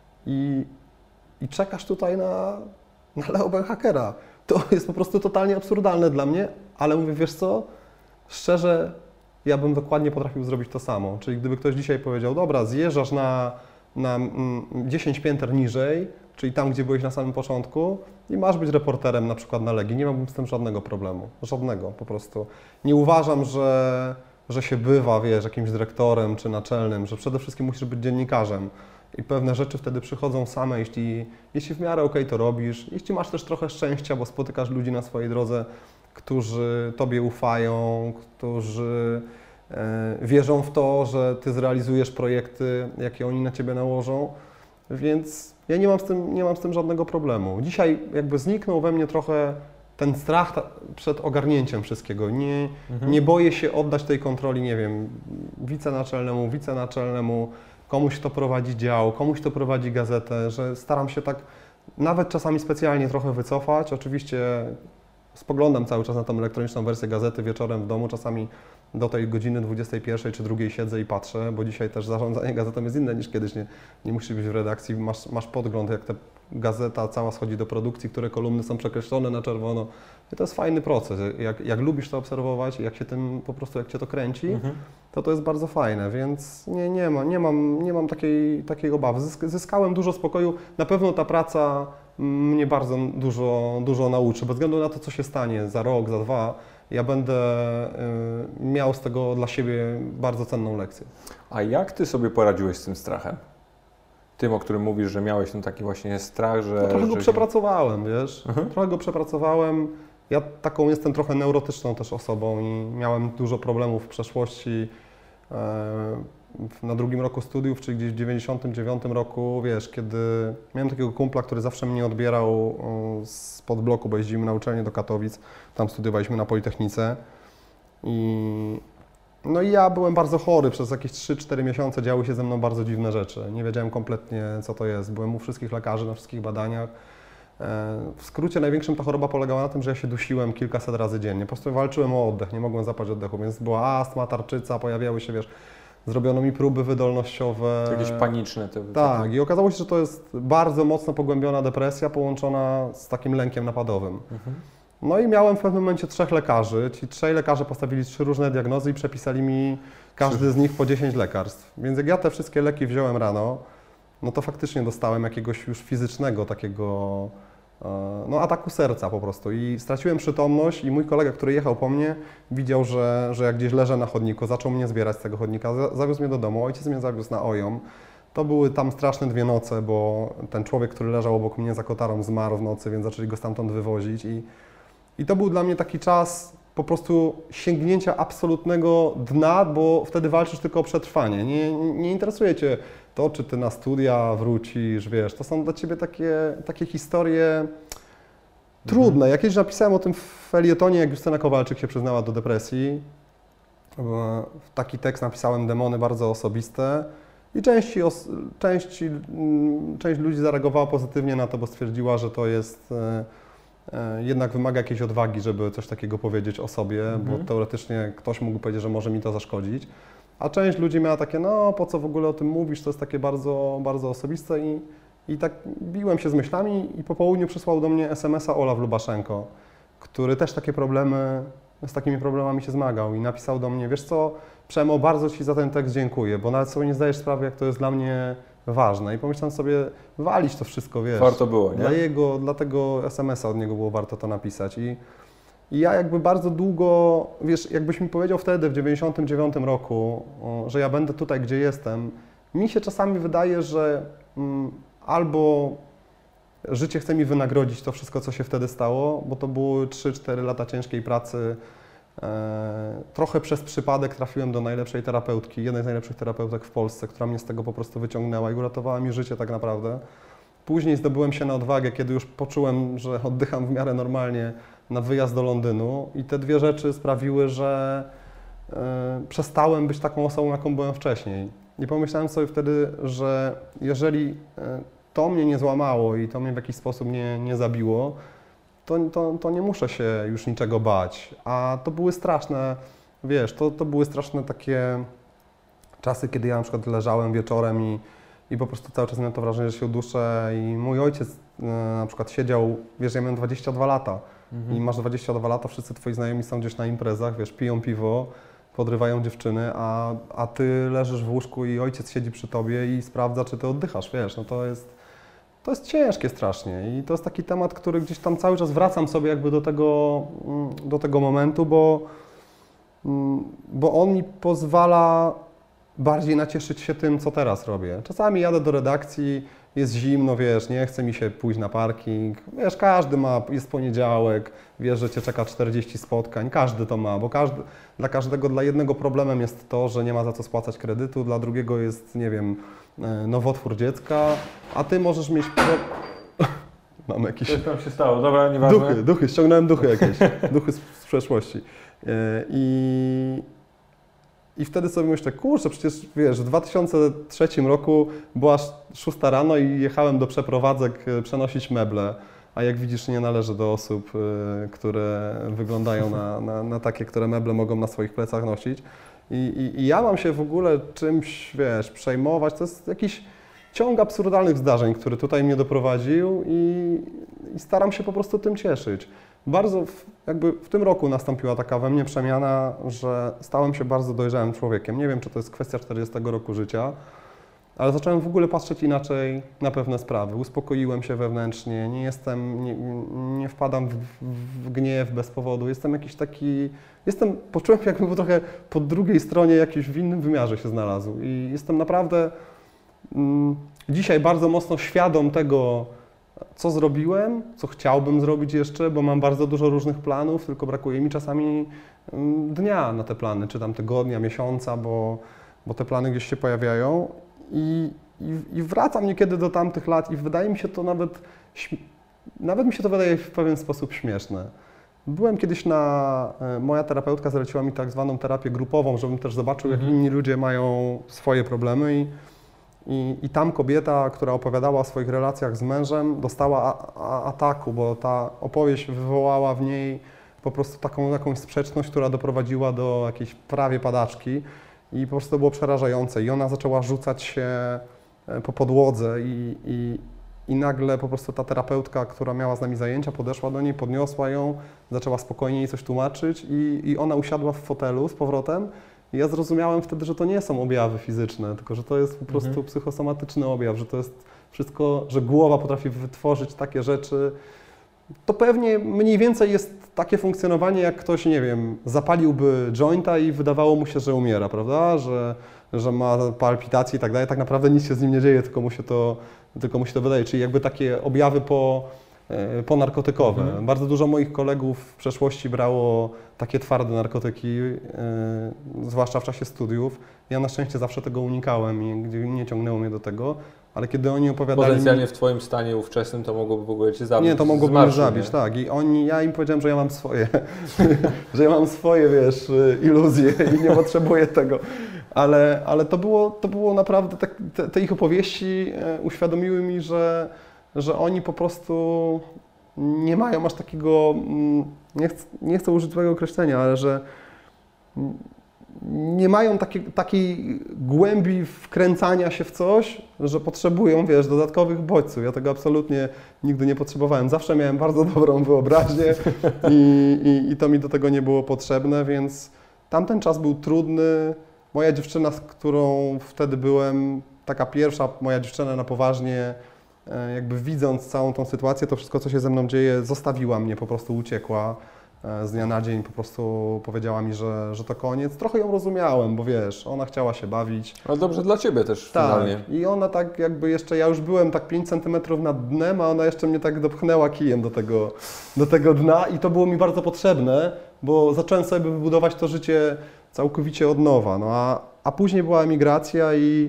I, i czekasz tutaj na, na Leo Benhakera. To jest po prostu totalnie absurdalne dla mnie, ale mówię, wiesz co, szczerze, ja bym dokładnie potrafił zrobić to samo. Czyli gdyby ktoś dzisiaj powiedział, dobra, zjeżdżasz na, na mm, dziesięć pięter niżej, czyli tam, gdzie byłeś na samym początku i masz być reporterem na przykład na Legii, nie miałbym z tym żadnego problemu, żadnego po prostu. Nie uważam, że, że się bywa, wiesz, jakimś dyrektorem czy naczelnym, że przede wszystkim musisz być dziennikarzem. I pewne rzeczy wtedy przychodzą same, jeśli, jeśli w miarę okej to robisz, jeśli masz też trochę szczęścia, bo spotykasz ludzi na swojej drodze, którzy Tobie ufają, którzy e, wierzą w to, że Ty zrealizujesz projekty, jakie oni na Ciebie nałożą, więc ja nie mam z tym, nie mam z tym żadnego problemu. Dzisiaj jakby zniknął we mnie trochę ten strach przed ogarnięciem wszystkiego. Nie, mhm. nie boję się oddać tej kontroli, nie wiem, wicenaczelnemu, wicenaczelnemu, komuś to prowadzi dział, komuś to prowadzi gazetę, że staram się tak nawet czasami specjalnie trochę wycofać. Oczywiście spoglądam cały czas na tą elektroniczną wersję gazety wieczorem w domu, czasami do tej godziny dwudziestej pierwszej czy drugiej siedzę i patrzę, bo dzisiaj też zarządzanie gazetą jest inne niż kiedyś. Nie, nie musisz być w redakcji, masz, masz podgląd, jak ta gazeta cała schodzi do produkcji, które kolumny są przekreślone na czerwono. I to jest fajny proces. Jak, jak lubisz to obserwować, jak się tym po prostu, jak Cię to kręci, mhm. to to jest bardzo fajne, więc nie, nie, ma, nie mam, nie mam takiej, takiej obawy. Zyskałem dużo spokoju. Na pewno ta praca mnie bardzo dużo, dużo nauczy, bez względu na to, co się stanie za rok, za dwa. ja będę y, miał z tego dla siebie bardzo cenną lekcję. A jak Ty sobie poradziłeś z tym strachem? Tym, o którym mówisz, że miałeś ten taki właśnie strach, że... No, trochę go że... przepracowałem, wiesz, Mhm. trochę go przepracowałem. Ja taką jestem trochę neurotyczną też osobą i miałem dużo problemów w przeszłości. Na drugim roku studiów, czyli gdzieś w dziewięćdziesiątym dziewiątym roku, wiesz, kiedy miałem takiego kumpla, który zawsze mnie odbierał spod bloku, bo jeździmy na uczelnię do Katowic, tam studiowaliśmy na Politechnice i no i ja byłem bardzo chory, przez jakieś trzy cztery miesiące działy się ze mną bardzo dziwne rzeczy, nie wiedziałem kompletnie, co to jest, byłem u wszystkich lekarzy, na wszystkich badaniach. W skrócie największym ta choroba polegała na tym, że ja się dusiłem kilkaset razy dziennie, po prostu walczyłem o oddech, nie mogłem zapać oddechu, więc była astma, tarczyca, pojawiały się, wiesz, zrobiono mi próby wydolnościowe. To jakieś paniczne te... Tak, i okazało się, że to jest bardzo mocno pogłębiona depresja połączona z takim lękiem napadowym. Mhm. No i miałem w pewnym momencie trzech lekarzy, ci trzej lekarze postawili trzy różne diagnozy i przepisali mi każdy z nich po dziesięć lekarstw. Więc jak ja te wszystkie leki wziąłem rano, no to faktycznie dostałem jakiegoś już fizycznego takiego no, ataku serca po prostu i straciłem przytomność i mój kolega, który jechał po mnie, widział, że, że jak gdzieś leżę na chodniku, zaczął mnie zbierać z tego chodnika, zawiózł mnie do domu, ojciec mnie zawiózł na Ojom. To były tam straszne dwie noce, bo ten człowiek, który leżał obok mnie za kotarą, zmarł w nocy, więc zaczęli go stamtąd wywozić i, i to był dla mnie taki czas po prostu sięgnięcia absolutnego dna, bo wtedy walczysz tylko o przetrwanie. Nie, nie interesuje Cię to, czy Ty na studia wrócisz, wiesz, to są dla Ciebie takie, takie historie trudne. Mhm. Ja kiedyś napisałem o tym w felietonie, jak Justyna Kowalczyk się przyznała do depresji. Taki tekst napisałem, demony bardzo osobiste i części, części, część ludzi zareagowała pozytywnie na to, bo stwierdziła, że to jest... jednak wymaga jakiejś odwagi, żeby coś takiego powiedzieć o sobie, mhm. bo teoretycznie ktoś mógł powiedzieć, że może mi to zaszkodzić. A część ludzi miała takie, no po co w ogóle o tym mówisz, to jest takie bardzo, bardzo osobiste i, i tak biłem się z myślami i po południu przysłał do mnie es em es a Olaf Lubaszenko, który też takie problemy, z takimi problemami się zmagał i napisał do mnie, wiesz co, Przemo, bardzo Ci za ten tekst dziękuję, bo nawet sobie nie zdajesz sprawy, jak to jest dla mnie ważne i pomyślałem sobie, walić to wszystko, wiesz. Warto było, nie? Dla jego, dla tego es em es a od niego było warto to napisać i I ja jakby bardzo długo, wiesz, jakbyś mi powiedział wtedy, w dziewięćdziesiątym dziewiątym roku, że ja będę tutaj, gdzie jestem, mi się czasami wydaje, że mm, albo życie chce mi wynagrodzić to wszystko, co się wtedy stało, bo to były trzy cztery lata ciężkiej pracy. E, trochę przez przypadek trafiłem do najlepszej terapeutki, jednej z najlepszych terapeutek w Polsce, która mnie z tego po prostu wyciągnęła i uratowała mi życie tak naprawdę. Później zdobyłem się na odwagę, kiedy już poczułem, że oddycham w miarę normalnie, na wyjazd do Londynu i te dwie rzeczy sprawiły, że y, przestałem być taką osobą, jaką byłem wcześniej. I pomyślałem sobie wtedy, że jeżeli y, to mnie nie złamało i to mnie w jakiś sposób nie, nie zabiło, to, to, to nie muszę się już niczego bać. A to były straszne, wiesz, to, to były straszne takie czasy, kiedy ja na przykład leżałem wieczorem i I po prostu cały czas miałem to wrażenie, że się uduszę i mój ojciec y, na przykład siedział, wiesz, ja miałem dwadzieścia dwa lata mhm. i masz dwadzieścia dwa lata, wszyscy twoi znajomi są gdzieś na imprezach, wiesz, piją piwo, podrywają dziewczyny, a, a ty leżysz w łóżku i ojciec siedzi przy tobie i sprawdza, czy ty oddychasz, wiesz, no to jest, to jest ciężkie strasznie i to jest taki temat, który gdzieś tam cały czas wracam sobie jakby do tego, do tego momentu, bo, bo on mi pozwala bardziej nacieszyć się tym, co teraz robię. Czasami jadę do redakcji, jest zimno, wiesz, nie chce mi się pójść na parking. Wiesz, każdy ma, jest poniedziałek, wiesz, że Cię czeka czterdzieści spotkań, każdy to ma, bo każdy, dla każdego, dla jednego problemem jest to, że nie ma za co spłacać kredytu, dla drugiego jest, nie wiem, nowotwór dziecka, a Ty możesz mieć... Pro... Mam jakieś... Coś tam się stało, dobra, nieważne. Duchy, duchy, ściągnąłem duchy jakieś, duchy z, z przeszłości. I... I wtedy sobie myślę, kurczę, przecież wiesz, w dwa tysiące trzecim roku była szósta rano i jechałem do przeprowadzek przenosić meble, a jak widzisz, nie należę do osób, które wyglądają na, na, na takie, które meble mogą na swoich plecach nosić. I, i, I ja mam się w ogóle czymś, wiesz, przejmować, to jest jakiś ciąg absurdalnych zdarzeń, który tutaj mnie doprowadził i, i staram się po prostu tym cieszyć. Bardzo w, jakby w tym roku nastąpiła taka we mnie przemiana, że stałem się bardzo dojrzałym człowiekiem. Nie wiem, czy to jest kwestia czterdziestego roku życia, ale zacząłem w ogóle patrzeć inaczej na pewne sprawy. Uspokoiłem się wewnętrznie, nie jestem, nie, nie wpadam w, w gniew bez powodu. Jestem jakiś taki, jestem, poczułem się jakbym był trochę po drugiej stronie, jakiś w innym wymiarze się znalazł. I jestem naprawdę mm, dzisiaj bardzo mocno świadom tego, co zrobiłem, co chciałbym zrobić jeszcze, bo mam bardzo dużo różnych planów, tylko brakuje mi czasami mm, dnia na te plany, czy tam tygodnia, miesiąca, bo, bo te plany gdzieś się pojawiają. I, i, I wracam niekiedy do tamtych lat i wydaje mi się to nawet, nawet mi się to wydaje w pewien sposób śmieszne. Byłem kiedyś na, moja terapeutka zaleciła mi tak zwaną terapię grupową, żebym też zobaczył, jak inni ludzie mają swoje problemy i, i, i tam kobieta, która opowiadała o swoich relacjach z mężem, dostała a, a, ataku, bo ta opowieść wywołała w niej po prostu taką jakąś sprzeczność, która doprowadziła do jakiejś prawie padaczki. I po prostu to było przerażające. I ona zaczęła rzucać się po podłodze i, i, i nagle po prostu ta terapeutka, która miała z nami zajęcia, podeszła do niej, podniosła ją, zaczęła spokojnie jej coś tłumaczyć i, i ona usiadła w fotelu z powrotem. I ja zrozumiałem wtedy, że to nie są objawy fizyczne, tylko że to jest po prostu mhm. psychosomatyczny objaw, że to jest wszystko, że głowa potrafi wytworzyć takie rzeczy. To pewnie mniej więcej jest takie funkcjonowanie, jak ktoś, nie wiem, zapaliłby jointa i wydawało mu się, że umiera, prawda? Że, że ma palpitacje i tak dalej. Tak naprawdę nic się z nim nie dzieje, tylko mu się to, tylko mu się to wydaje. Czyli jakby takie objawy po, ponarkotykowe. Mhm. Bardzo dużo moich kolegów w przeszłości brało takie twarde narkotyki, yy, zwłaszcza w czasie studiów. Ja na szczęście zawsze tego unikałem i nie ciągnęło mnie do tego. Ale kiedy oni opowiadali... Potencjalnie mi... w Twoim stanie ówczesnym to mogłoby w ogóle Cię zabić. Nie, to mogłoby mnie zabić, tak. I oni, ja im powiedziałem, że ja mam swoje, że ja mam swoje, wiesz, iluzje i nie potrzebuję tego. Ale, ale to było, to było naprawdę, tak, te, te ich opowieści uświadomiły mi, że, że oni po prostu nie mają aż takiego, nie chcę, nie chcę użyć złego określenia, ale że nie mają takiej, takiej głębi wkręcania się w coś, że potrzebują, wiesz, dodatkowych bodźców. Ja tego absolutnie nigdy nie potrzebowałem. Zawsze miałem bardzo dobrą wyobraźnię i, i, i to mi do tego nie było potrzebne, więc tamten czas był trudny. Moja dziewczyna, z którą wtedy byłem, taka pierwsza moja dziewczyna na poważnie, jakby widząc całą tą sytuację, to wszystko, co się ze mną dzieje, zostawiła mnie, po prostu uciekła. Z dnia na dzień po prostu powiedziała mi, że, że to koniec. Trochę ją rozumiałem, bo wiesz, ona chciała się bawić. Ale dobrze dla Ciebie też tak. finalnie. I ona tak jakby jeszcze, ja już byłem tak pięć centymetrów nad dnem, a ona jeszcze mnie tak dopchnęła kijem do tego, do tego dna i to było mi bardzo potrzebne, bo zacząłem sobie wybudować to życie całkowicie od nowa. No a, a później była emigracja i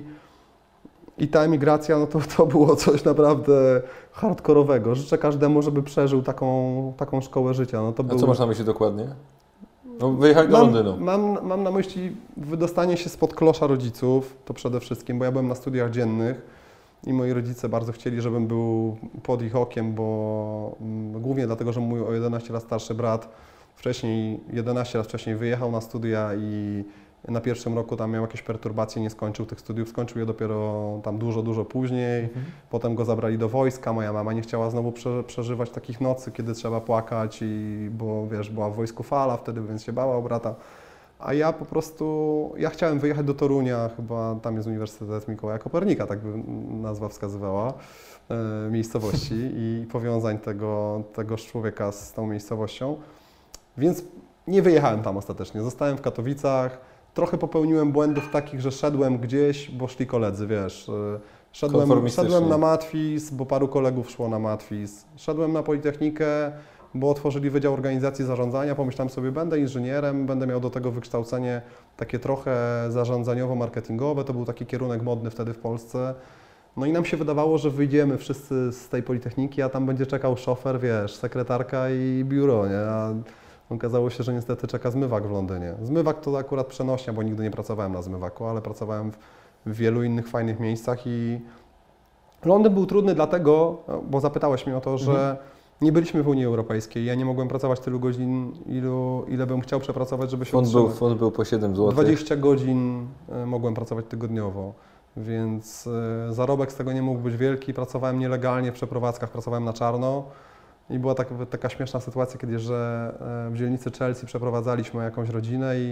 I ta emigracja, no to, to było coś naprawdę hardkorowego. Życzę każdemu, żeby przeżył taką, taką szkołę życia. No to A był... co masz na myśli dokładnie? No, wyjechać do mam, Londynu. Mam, mam na myśli wydostanie się spod klosza rodziców, to przede wszystkim, bo ja byłem na studiach dziennych i moi rodzice bardzo chcieli, żebym był pod ich okiem, bo mm, głównie dlatego, że mój o jedenaście lat starszy brat wcześniej, jedenaście lat wcześniej wyjechał na studia i na pierwszym roku tam miał jakieś perturbacje, nie skończył tych studiów, skończył je dopiero tam dużo, dużo później. Mhm. Potem go zabrali do wojska, moja mama nie chciała znowu prze, przeżywać takich nocy, kiedy trzeba płakać, i, bo wiesz, była w wojsku fala wtedy, więc się bała o brata. A ja po prostu, ja chciałem wyjechać do Torunia, chyba tam jest Uniwersytet Mikołaja Kopernika, tak by nazwa wskazywała, e, miejscowości i powiązań tego, tego człowieka z tą miejscowością. Więc nie wyjechałem tam ostatecznie, zostałem w Katowicach. Trochę popełniłem błędów takich, że szedłem gdzieś, bo szli koledzy, wiesz. Szedłem, szedłem na matwiz, bo paru kolegów szło na matwiz. Szedłem na Politechnikę, bo otworzyli Wydział Organizacji i Zarządzania. Pomyślałem sobie, będę inżynierem, będę miał do tego wykształcenie takie trochę zarządzaniowo-marketingowe. To był taki kierunek modny wtedy w Polsce. No i nam się wydawało, że wyjdziemy wszyscy z tej Politechniki, a tam będzie czekał szofer, wiesz, sekretarka i biuro, nie? A okazało się, że niestety czeka zmywak w Londynie. Zmywak to akurat przenośnia, bo nigdy nie pracowałem na zmywaku, ale pracowałem w, w wielu innych fajnych miejscach i Londyn był trudny dlatego, bo zapytałeś mnie o to, że mhm. nie byliśmy w Unii Europejskiej. Ja nie mogłem pracować tylu godzin, ilu, ile bym chciał przepracować, żeby się fond utrzymać. Był, fond był po siedem złotych. dwadzieścia godzin mogłem pracować tygodniowo, więc zarobek z tego nie mógł być wielki. Pracowałem nielegalnie w przeprowadzkach, pracowałem na czarno. I była taka, taka śmieszna sytuacja, kiedy że w dzielnicy Chelsea przeprowadzaliśmy jakąś rodzinę i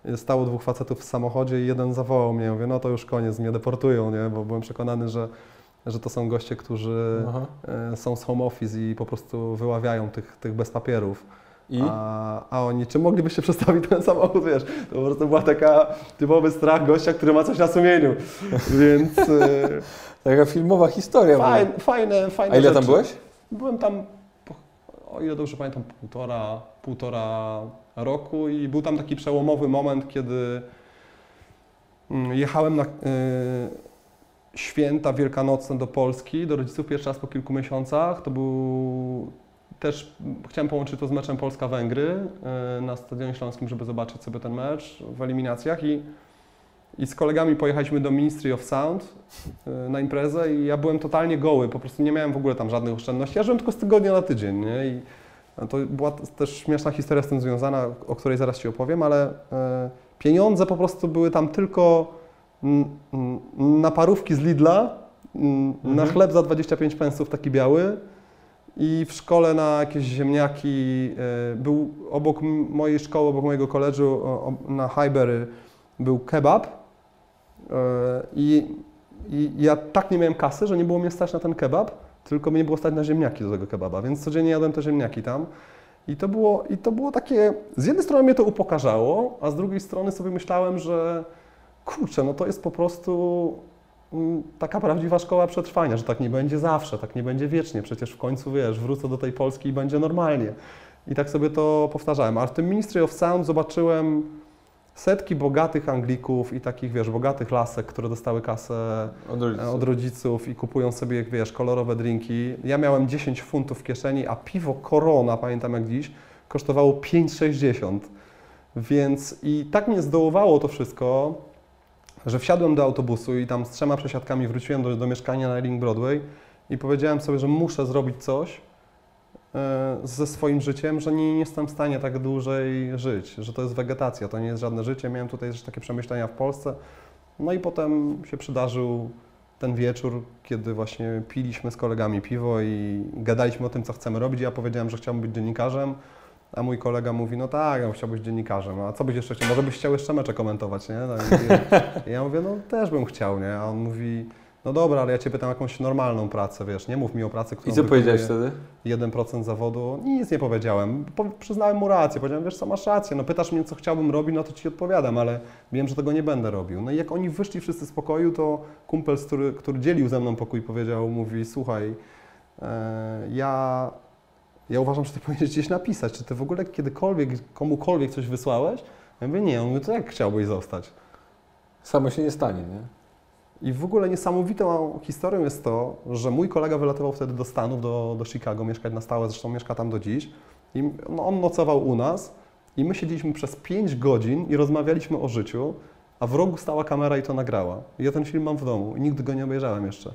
stało dwóch facetów w samochodzie i jeden zawołał mnie, mówię, no to już koniec, mnie deportują, nie? Bo byłem przekonany, że, że to są goście, którzy Aha. są z home office i po prostu wyławiają tych, tych bez papierów. I? A, a oni, czy moglibyście przestawić ten samochód, wiesz, to po prostu była taka typowy strach gościa, który ma coś na sumieniu, więc... Taka filmowa historia. Fajne, fajne, fajne A ile rzeczy. tam byłeś? Byłem tam, o ile dobrze pamiętam, półtora, półtora roku i był tam taki przełomowy moment, kiedy jechałem na y, święta wielkanocne do Polski, do rodziców pierwszy raz po kilku miesiącach. To był też, chciałem połączyć to z meczem Polska-Węgry y, na Stadionie Śląskim, żeby zobaczyć sobie ten mecz w eliminacjach i I z kolegami pojechaliśmy do Ministry of Sound na imprezę i ja byłem totalnie goły, po prostu nie miałem w ogóle tam żadnych oszczędności. Ja żyłem tylko z tygodnia na tydzień, nie? I to była też śmieszna historia z tym związana, o której zaraz Ci opowiem, ale pieniądze po prostu były tam tylko na parówki z Lidla, mhm. na chleb za dwadzieścia pięć pensów taki biały i w szkole na jakieś ziemniaki. Był obok mojej szkoły, obok mojego koledżu na Highbury był kebab i, i ja tak nie miałem kasy, że nie było mnie stać na ten kebab, tylko mnie nie było stać na ziemniaki do tego kebaba, więc codziennie jadłem te ziemniaki tam i to było, i to było takie, z jednej strony mnie to upokarzało, a z drugiej strony sobie myślałem, że kurczę, no to jest po prostu taka prawdziwa szkoła przetrwania, że tak nie będzie zawsze, tak nie będzie wiecznie, przecież w końcu, wiesz, wrócę do tej Polski i będzie normalnie. I tak sobie to powtarzałem, ale w tym Ministry of Sound zobaczyłem setki bogatych Anglików i takich, wiesz, bogatych lasek, które dostały kasę od rodziców, od rodziców i kupują sobie, wiesz, kolorowe drinki. Ja miałem dziesięć funtów w kieszeni, a piwo Corona, pamiętam jak dziś, kosztowało pięć sześćdziesiąt. Więc i tak mnie zdołowało to wszystko, że wsiadłem do autobusu i tam z trzema przesiadkami wróciłem do, do mieszkania na Ealing Broadway i powiedziałem sobie, że muszę zrobić coś ze swoim życiem, że nie, nie jestem w stanie tak dłużej żyć, że to jest wegetacja, to nie jest żadne życie. Miałem tutaj też takie przemyślenia w Polsce. No i potem się przydarzył ten wieczór, kiedy właśnie piliśmy z kolegami piwo i gadaliśmy o tym, co chcemy robić. Ja powiedziałem, że chciałbym być dziennikarzem, a mój kolega mówi, no tak, ja chciałbym być dziennikarzem, a co byś jeszcze chciał? Może byś chciał jeszcze mecze komentować, nie? I ja mówię, no też bym chciał, nie? A on mówi, no dobra, ale ja Cię pytam o jakąś normalną pracę, wiesz, nie mów mi o pracy, którą I co powiedziałeś wtedy? jeden procent zawodu. Nic nie powiedziałem. Po, przyznałem mu rację, powiedziałem, wiesz co, masz rację, no pytasz mnie, co chciałbym robić, no to Ci odpowiadam, ale wiem, że tego nie będę robił. No i jak oni wyszli wszyscy z pokoju, to kumpel, który, który dzielił ze mną pokój, powiedział, mówi, słuchaj, e, ja, ja uważam, że Ty powinieneś gdzieś napisać, czy Ty w ogóle kiedykolwiek, komukolwiek coś wysłałeś? Ja mówię, nie, on mówi, to jak chciałbyś zostać? Samo się nie stanie, nie? I w ogóle niesamowitą historią jest to, że mój kolega wylatywał wtedy do Stanów, do, do Chicago, mieszkać na stałe, zresztą mieszka tam do dziś. I no, on nocował u nas i my siedzieliśmy przez pięć godzin i rozmawialiśmy o życiu, a w rogu stała kamera i to nagrała. I ja ten film mam w domu i nigdy go nie obejrzałem jeszcze.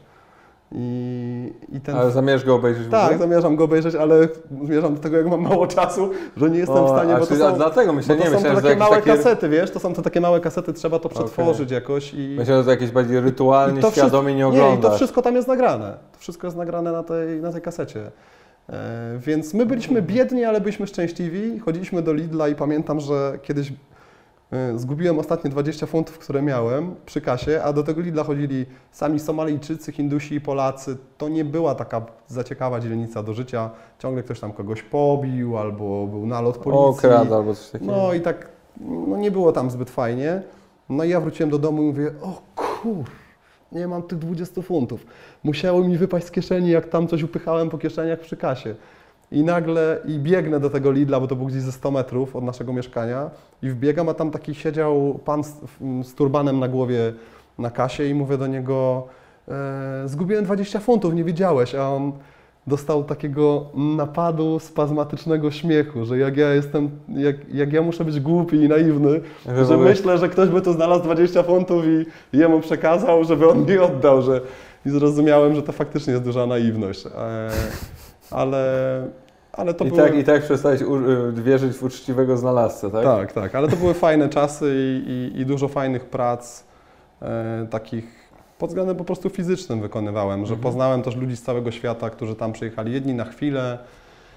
I, i ten... Ale zamierzasz go obejrzeć? Tak, zamierzam go obejrzeć, ale zmierzam do tego, jak mam mało czasu, że nie jestem o, w stanie, a bo to czy, są, dlatego myślę, bo to nie, są myślałem, to takie małe takie... kasety, wiesz, to są to takie małe kasety, trzeba to przetworzyć okay. jakoś. I... Myślę, że to jakieś bardziej rytualnie, to świadomie wszystko, nie oglądasz. Nie, i to wszystko tam jest nagrane. To wszystko jest nagrane na tej, na tej kasecie. E, więc my byliśmy biedni, ale byliśmy szczęśliwi. Chodziliśmy do Lidla i pamiętam, że kiedyś zgubiłem ostatnie dwadzieścia funtów, które miałem przy kasie, a do tego Lidla chodzili sami Somalijczycy, Hindusi i Polacy. To nie była taka za ciekawa dzielnica do życia. Ciągle ktoś tam kogoś pobił, albo był nalot policji. O, kradł, albo coś takiego. No i tak, no nie było tam zbyt fajnie. No i ja wróciłem do domu i mówię, o kur, nie mam tych dwudziestu funtów. Musiało mi wypaść z kieszeni, jak tam coś upychałem po kieszeniach przy kasie. I nagle, i biegnę do tego Lidla, bo to był gdzieś ze sto metrów od naszego mieszkania i wbiegam, a tam taki siedział pan z, z turbanem na głowie na kasie i mówię do niego, e, zgubiłem dwadzieścia funtów, nie widziałeś, a on dostał takiego napadu spazmatycznego śmiechu, że jak ja jestem, jak, jak ja muszę być głupi i naiwny, że, że myślę, że ktoś by tu znalazł dwadzieścia funtów i jemu przekazał, żeby on mi oddał, że i zrozumiałem, że to faktycznie jest duża naiwność. E, Ale, ale to I były... tak, I tak przestałeś wierzyć w uczciwego znalazcę, tak? Tak, tak, ale to były fajne czasy i, i, i dużo fajnych prac e, takich pod względem po prostu fizycznym wykonywałem, że mhm. poznałem też ludzi z całego świata, którzy tam przyjechali, jedni na chwilę,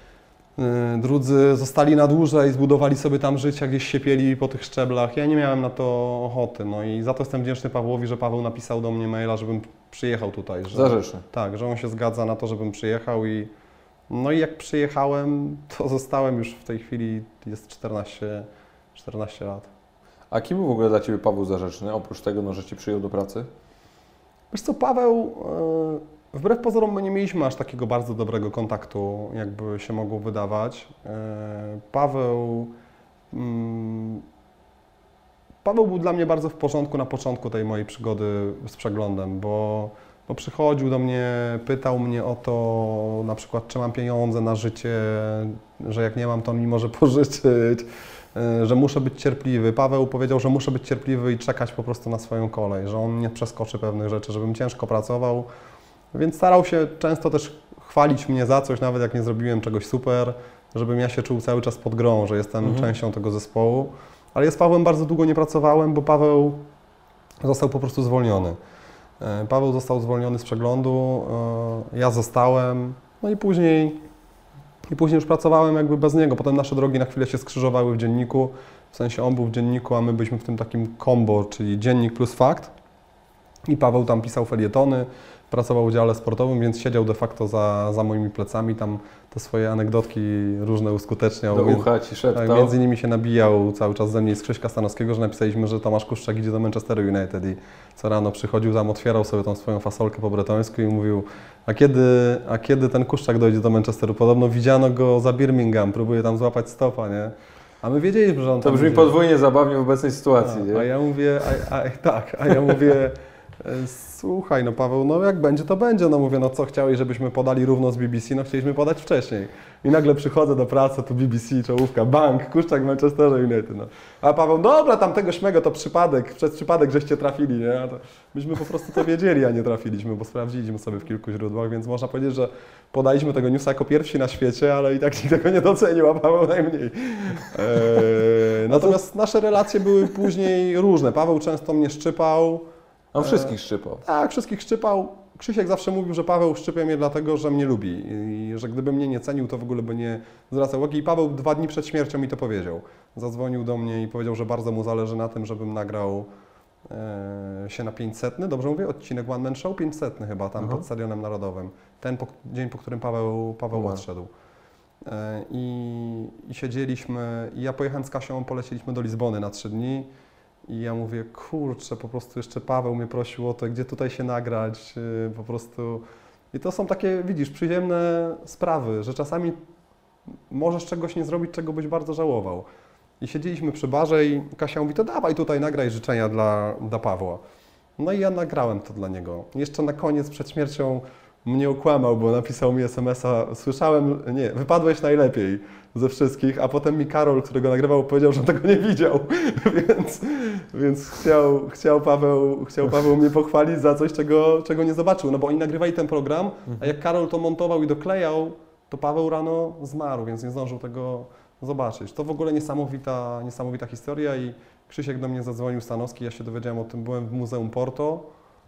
Drudzy zostali na dłużej, zbudowali sobie tam życie, gdzieś się pieli po tych szczeblach. Ja nie miałem na to ochoty. No i za to jestem wdzięczny Pawłowi, że Paweł napisał do mnie maila, żebym przyjechał tutaj. Że, Zarzeczny. Tak, że on się zgadza na to, żebym przyjechał i no i jak przyjechałem, to zostałem już w tej chwili, jest czternaście, czternaście lat. A kim był w ogóle dla Ciebie Paweł Zarzeczny, oprócz tego, no, że Cię przyjął do pracy? Wiesz co, Paweł, yy, wbrew pozorom my nie mieliśmy aż takiego bardzo dobrego kontaktu, jakby się mogło wydawać. Yy, Paweł, yy, Paweł był dla mnie bardzo w porządku na początku tej mojej przygody z przeglądem, bo, bo przychodził do mnie, pytał mnie o to, na przykład, czy mam pieniądze na życie, że jak nie mam, to on mi może pożyczyć. Że muszę być cierpliwy. Paweł powiedział, że muszę być cierpliwy i czekać po prostu na swoją kolej, że on nie przeskoczy pewnych rzeczy, żebym ciężko pracował, więc starał się często też chwalić mnie za coś, nawet jak nie zrobiłem czegoś super, żebym ja się czuł cały czas pod grą, że jestem mhm. częścią tego zespołu. Ale ja z Pawłem bardzo długo nie pracowałem, bo Paweł został po prostu zwolniony. Paweł został zwolniony z przeglądu, ja zostałem, no i później I później już pracowałem jakby bez niego. Potem nasze drogi na chwilę się skrzyżowały w dzienniku. W sensie on był w dzienniku, a my byliśmy w tym takim combo, czyli dziennik plus fakt. I Paweł tam pisał felietony, pracował w dziale sportowym, więc siedział de facto za, za moimi plecami. Tam te swoje anegdotki różne uskuteczniał. Do ucha Ci szeptał. Tak, między innymi się nabijał cały czas ze mnie i z Krzyśka Stanowskiego, że napisaliśmy, że Tomasz Kuszczak idzie do Manchesteru United i co rano przychodził tam, otwierał sobie tą swoją fasolkę po bretońsku i mówił, a kiedy, a kiedy ten Kuszczak dojdzie do Manchesteru? Podobno widziano go za Birmingham, próbuje tam złapać stopa, nie? A my wiedzieliśmy, że on to tam brzmi idzie. podwójnie zabawnie w obecnej sytuacji, a, nie? A ja mówię, a, a, tak, a ja mówię, słuchaj, no Paweł, no jak będzie, to będzie. No mówię, no co chciałeś, żebyśmy podali równo z B B C? No chcieliśmy podać wcześniej. I nagle przychodzę do pracy, tu B B C, czołówka, bank, Kuszczak, Manchester United. No. A Paweł, dobra, tamtego śmego to przypadek, przez przypadek żeście trafili, nie? A to myśmy po prostu to wiedzieli, a nie trafiliśmy, bo sprawdziliśmy sobie w kilku źródłach, więc można powiedzieć, że podaliśmy tego newsa jako pierwsi na świecie, ale i tak nikt tego nie docenił, a Paweł najmniej. Eee, natomiast nasze relacje były później różne. Paweł często mnie szczypał. On wszystkich szczypał. Tak, wszystkich szczypał. Krzysiek zawsze mówił, że Paweł szczypie mnie dlatego, że mnie lubi i że gdyby mnie nie cenił, to w ogóle by nie zwracał uwagi. I Paweł dwa dni przed śmiercią mi to powiedział. Zadzwonił do mnie i powiedział, że bardzo mu zależy na tym, żebym nagrał e, się na pięćsetny, dobrze mówię? Odcinek One Man Show, pięćsetny chyba, tam Aha. pod Stadionem Narodowym. Ten po, dzień, po którym Paweł, Paweł Aha. odszedł. E, i, I siedzieliśmy, i ja pojechałem z Kasią, polecieliśmy do Lizbony na trzy dni. I ja mówię, kurczę, po prostu jeszcze Paweł mnie prosił o to, gdzie tutaj się nagrać, yy, po prostu. I to są takie, widzisz, przyjemne sprawy, że czasami możesz czegoś nie zrobić, czego byś bardzo żałował. I siedzieliśmy przy barze i Kasia mówi, to dawaj tutaj, nagraj życzenia dla, dla Pawła. No i ja nagrałem to dla niego. Jeszcze na koniec, przed śmiercią mnie okłamał, bo napisał mi es em es a, słyszałem, nie, wypadłeś najlepiej ze wszystkich, a potem mi Karol, którego nagrywał, powiedział, że tego nie widział, więc, więc chciał, chciał, Paweł, chciał Paweł mnie pochwalić za coś, czego, czego nie zobaczył, no bo oni nagrywali ten program, a jak Karol to montował i doklejał, to Paweł rano zmarł, więc nie zdążył tego zobaczyć. To w ogóle niesamowita, niesamowita historia i Krzysiek do mnie zadzwonił, Stanowski, ja się dowiedziałem o tym, byłem w Muzeum Porto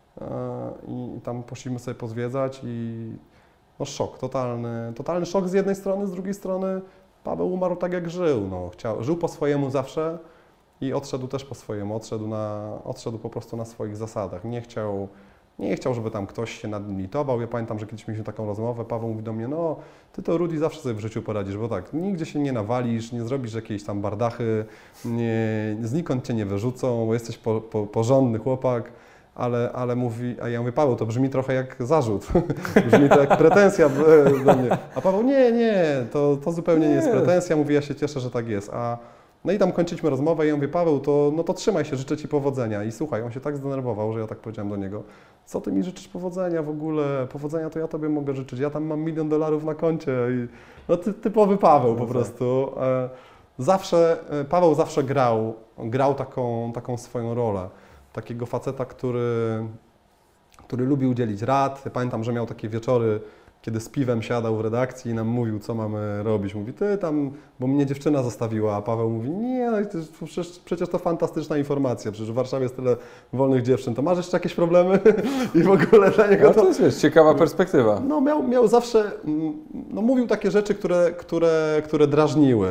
i tam poszliśmy sobie pozwiedzać i no szok, totalny, totalny szok z jednej strony, z drugiej strony Paweł umarł tak jak żył, no, chciał, żył po swojemu zawsze i odszedł też po swojemu, odszedł, na, odszedł po prostu na swoich zasadach, nie chciał, nie chciał, żeby tam ktoś się nad nim litował. Ja pamiętam, że kiedyś mieliśmy taką rozmowę, Paweł mówi do mnie, no ty to Rudy zawsze sobie w życiu poradzisz, bo tak, nigdzie się nie nawalisz, nie zrobisz jakiejś tam bardachy, nie, znikąd cię nie wyrzucą, bo jesteś po, po, porządny chłopak. Ale, ale mówi, a ja mówię, Paweł, to brzmi trochę jak zarzut, brzmi to jak pretensja do mnie. A Paweł, nie, nie, to, to zupełnie nie jest pretensja, mówi, ja się cieszę, że tak jest. A, no i tam kończyliśmy rozmowę i ja mówię, Paweł, to, no to trzymaj się, życzę Ci powodzenia. I słuchaj, on się tak zdenerwował, że ja tak powiedziałem do niego, co Ty mi życzysz powodzenia w ogóle, powodzenia to ja Tobie mogę życzyć, ja tam mam milion dolarów na koncie. I, no ty, typowy Paweł po prostu. Zawsze, Paweł zawsze grał, grał taką, taką swoją rolę. Takiego faceta, który, który lubi udzielić rad. Ja pamiętam, że miał takie wieczory kiedy z piwem siadał w redakcji i nam mówił, co mamy robić. Mówi, ty tam, bo mnie dziewczyna zostawiła, a Paweł mówi, nie, no to jest, przecież, przecież to fantastyczna informacja, przecież w Warszawie jest tyle wolnych dziewczyn, to masz jeszcze jakieś problemy? I w ogóle dla niego no to... to jest wiesz, ciekawa perspektywa. No miał, miał zawsze, no mówił takie rzeczy, które, które, które drażniły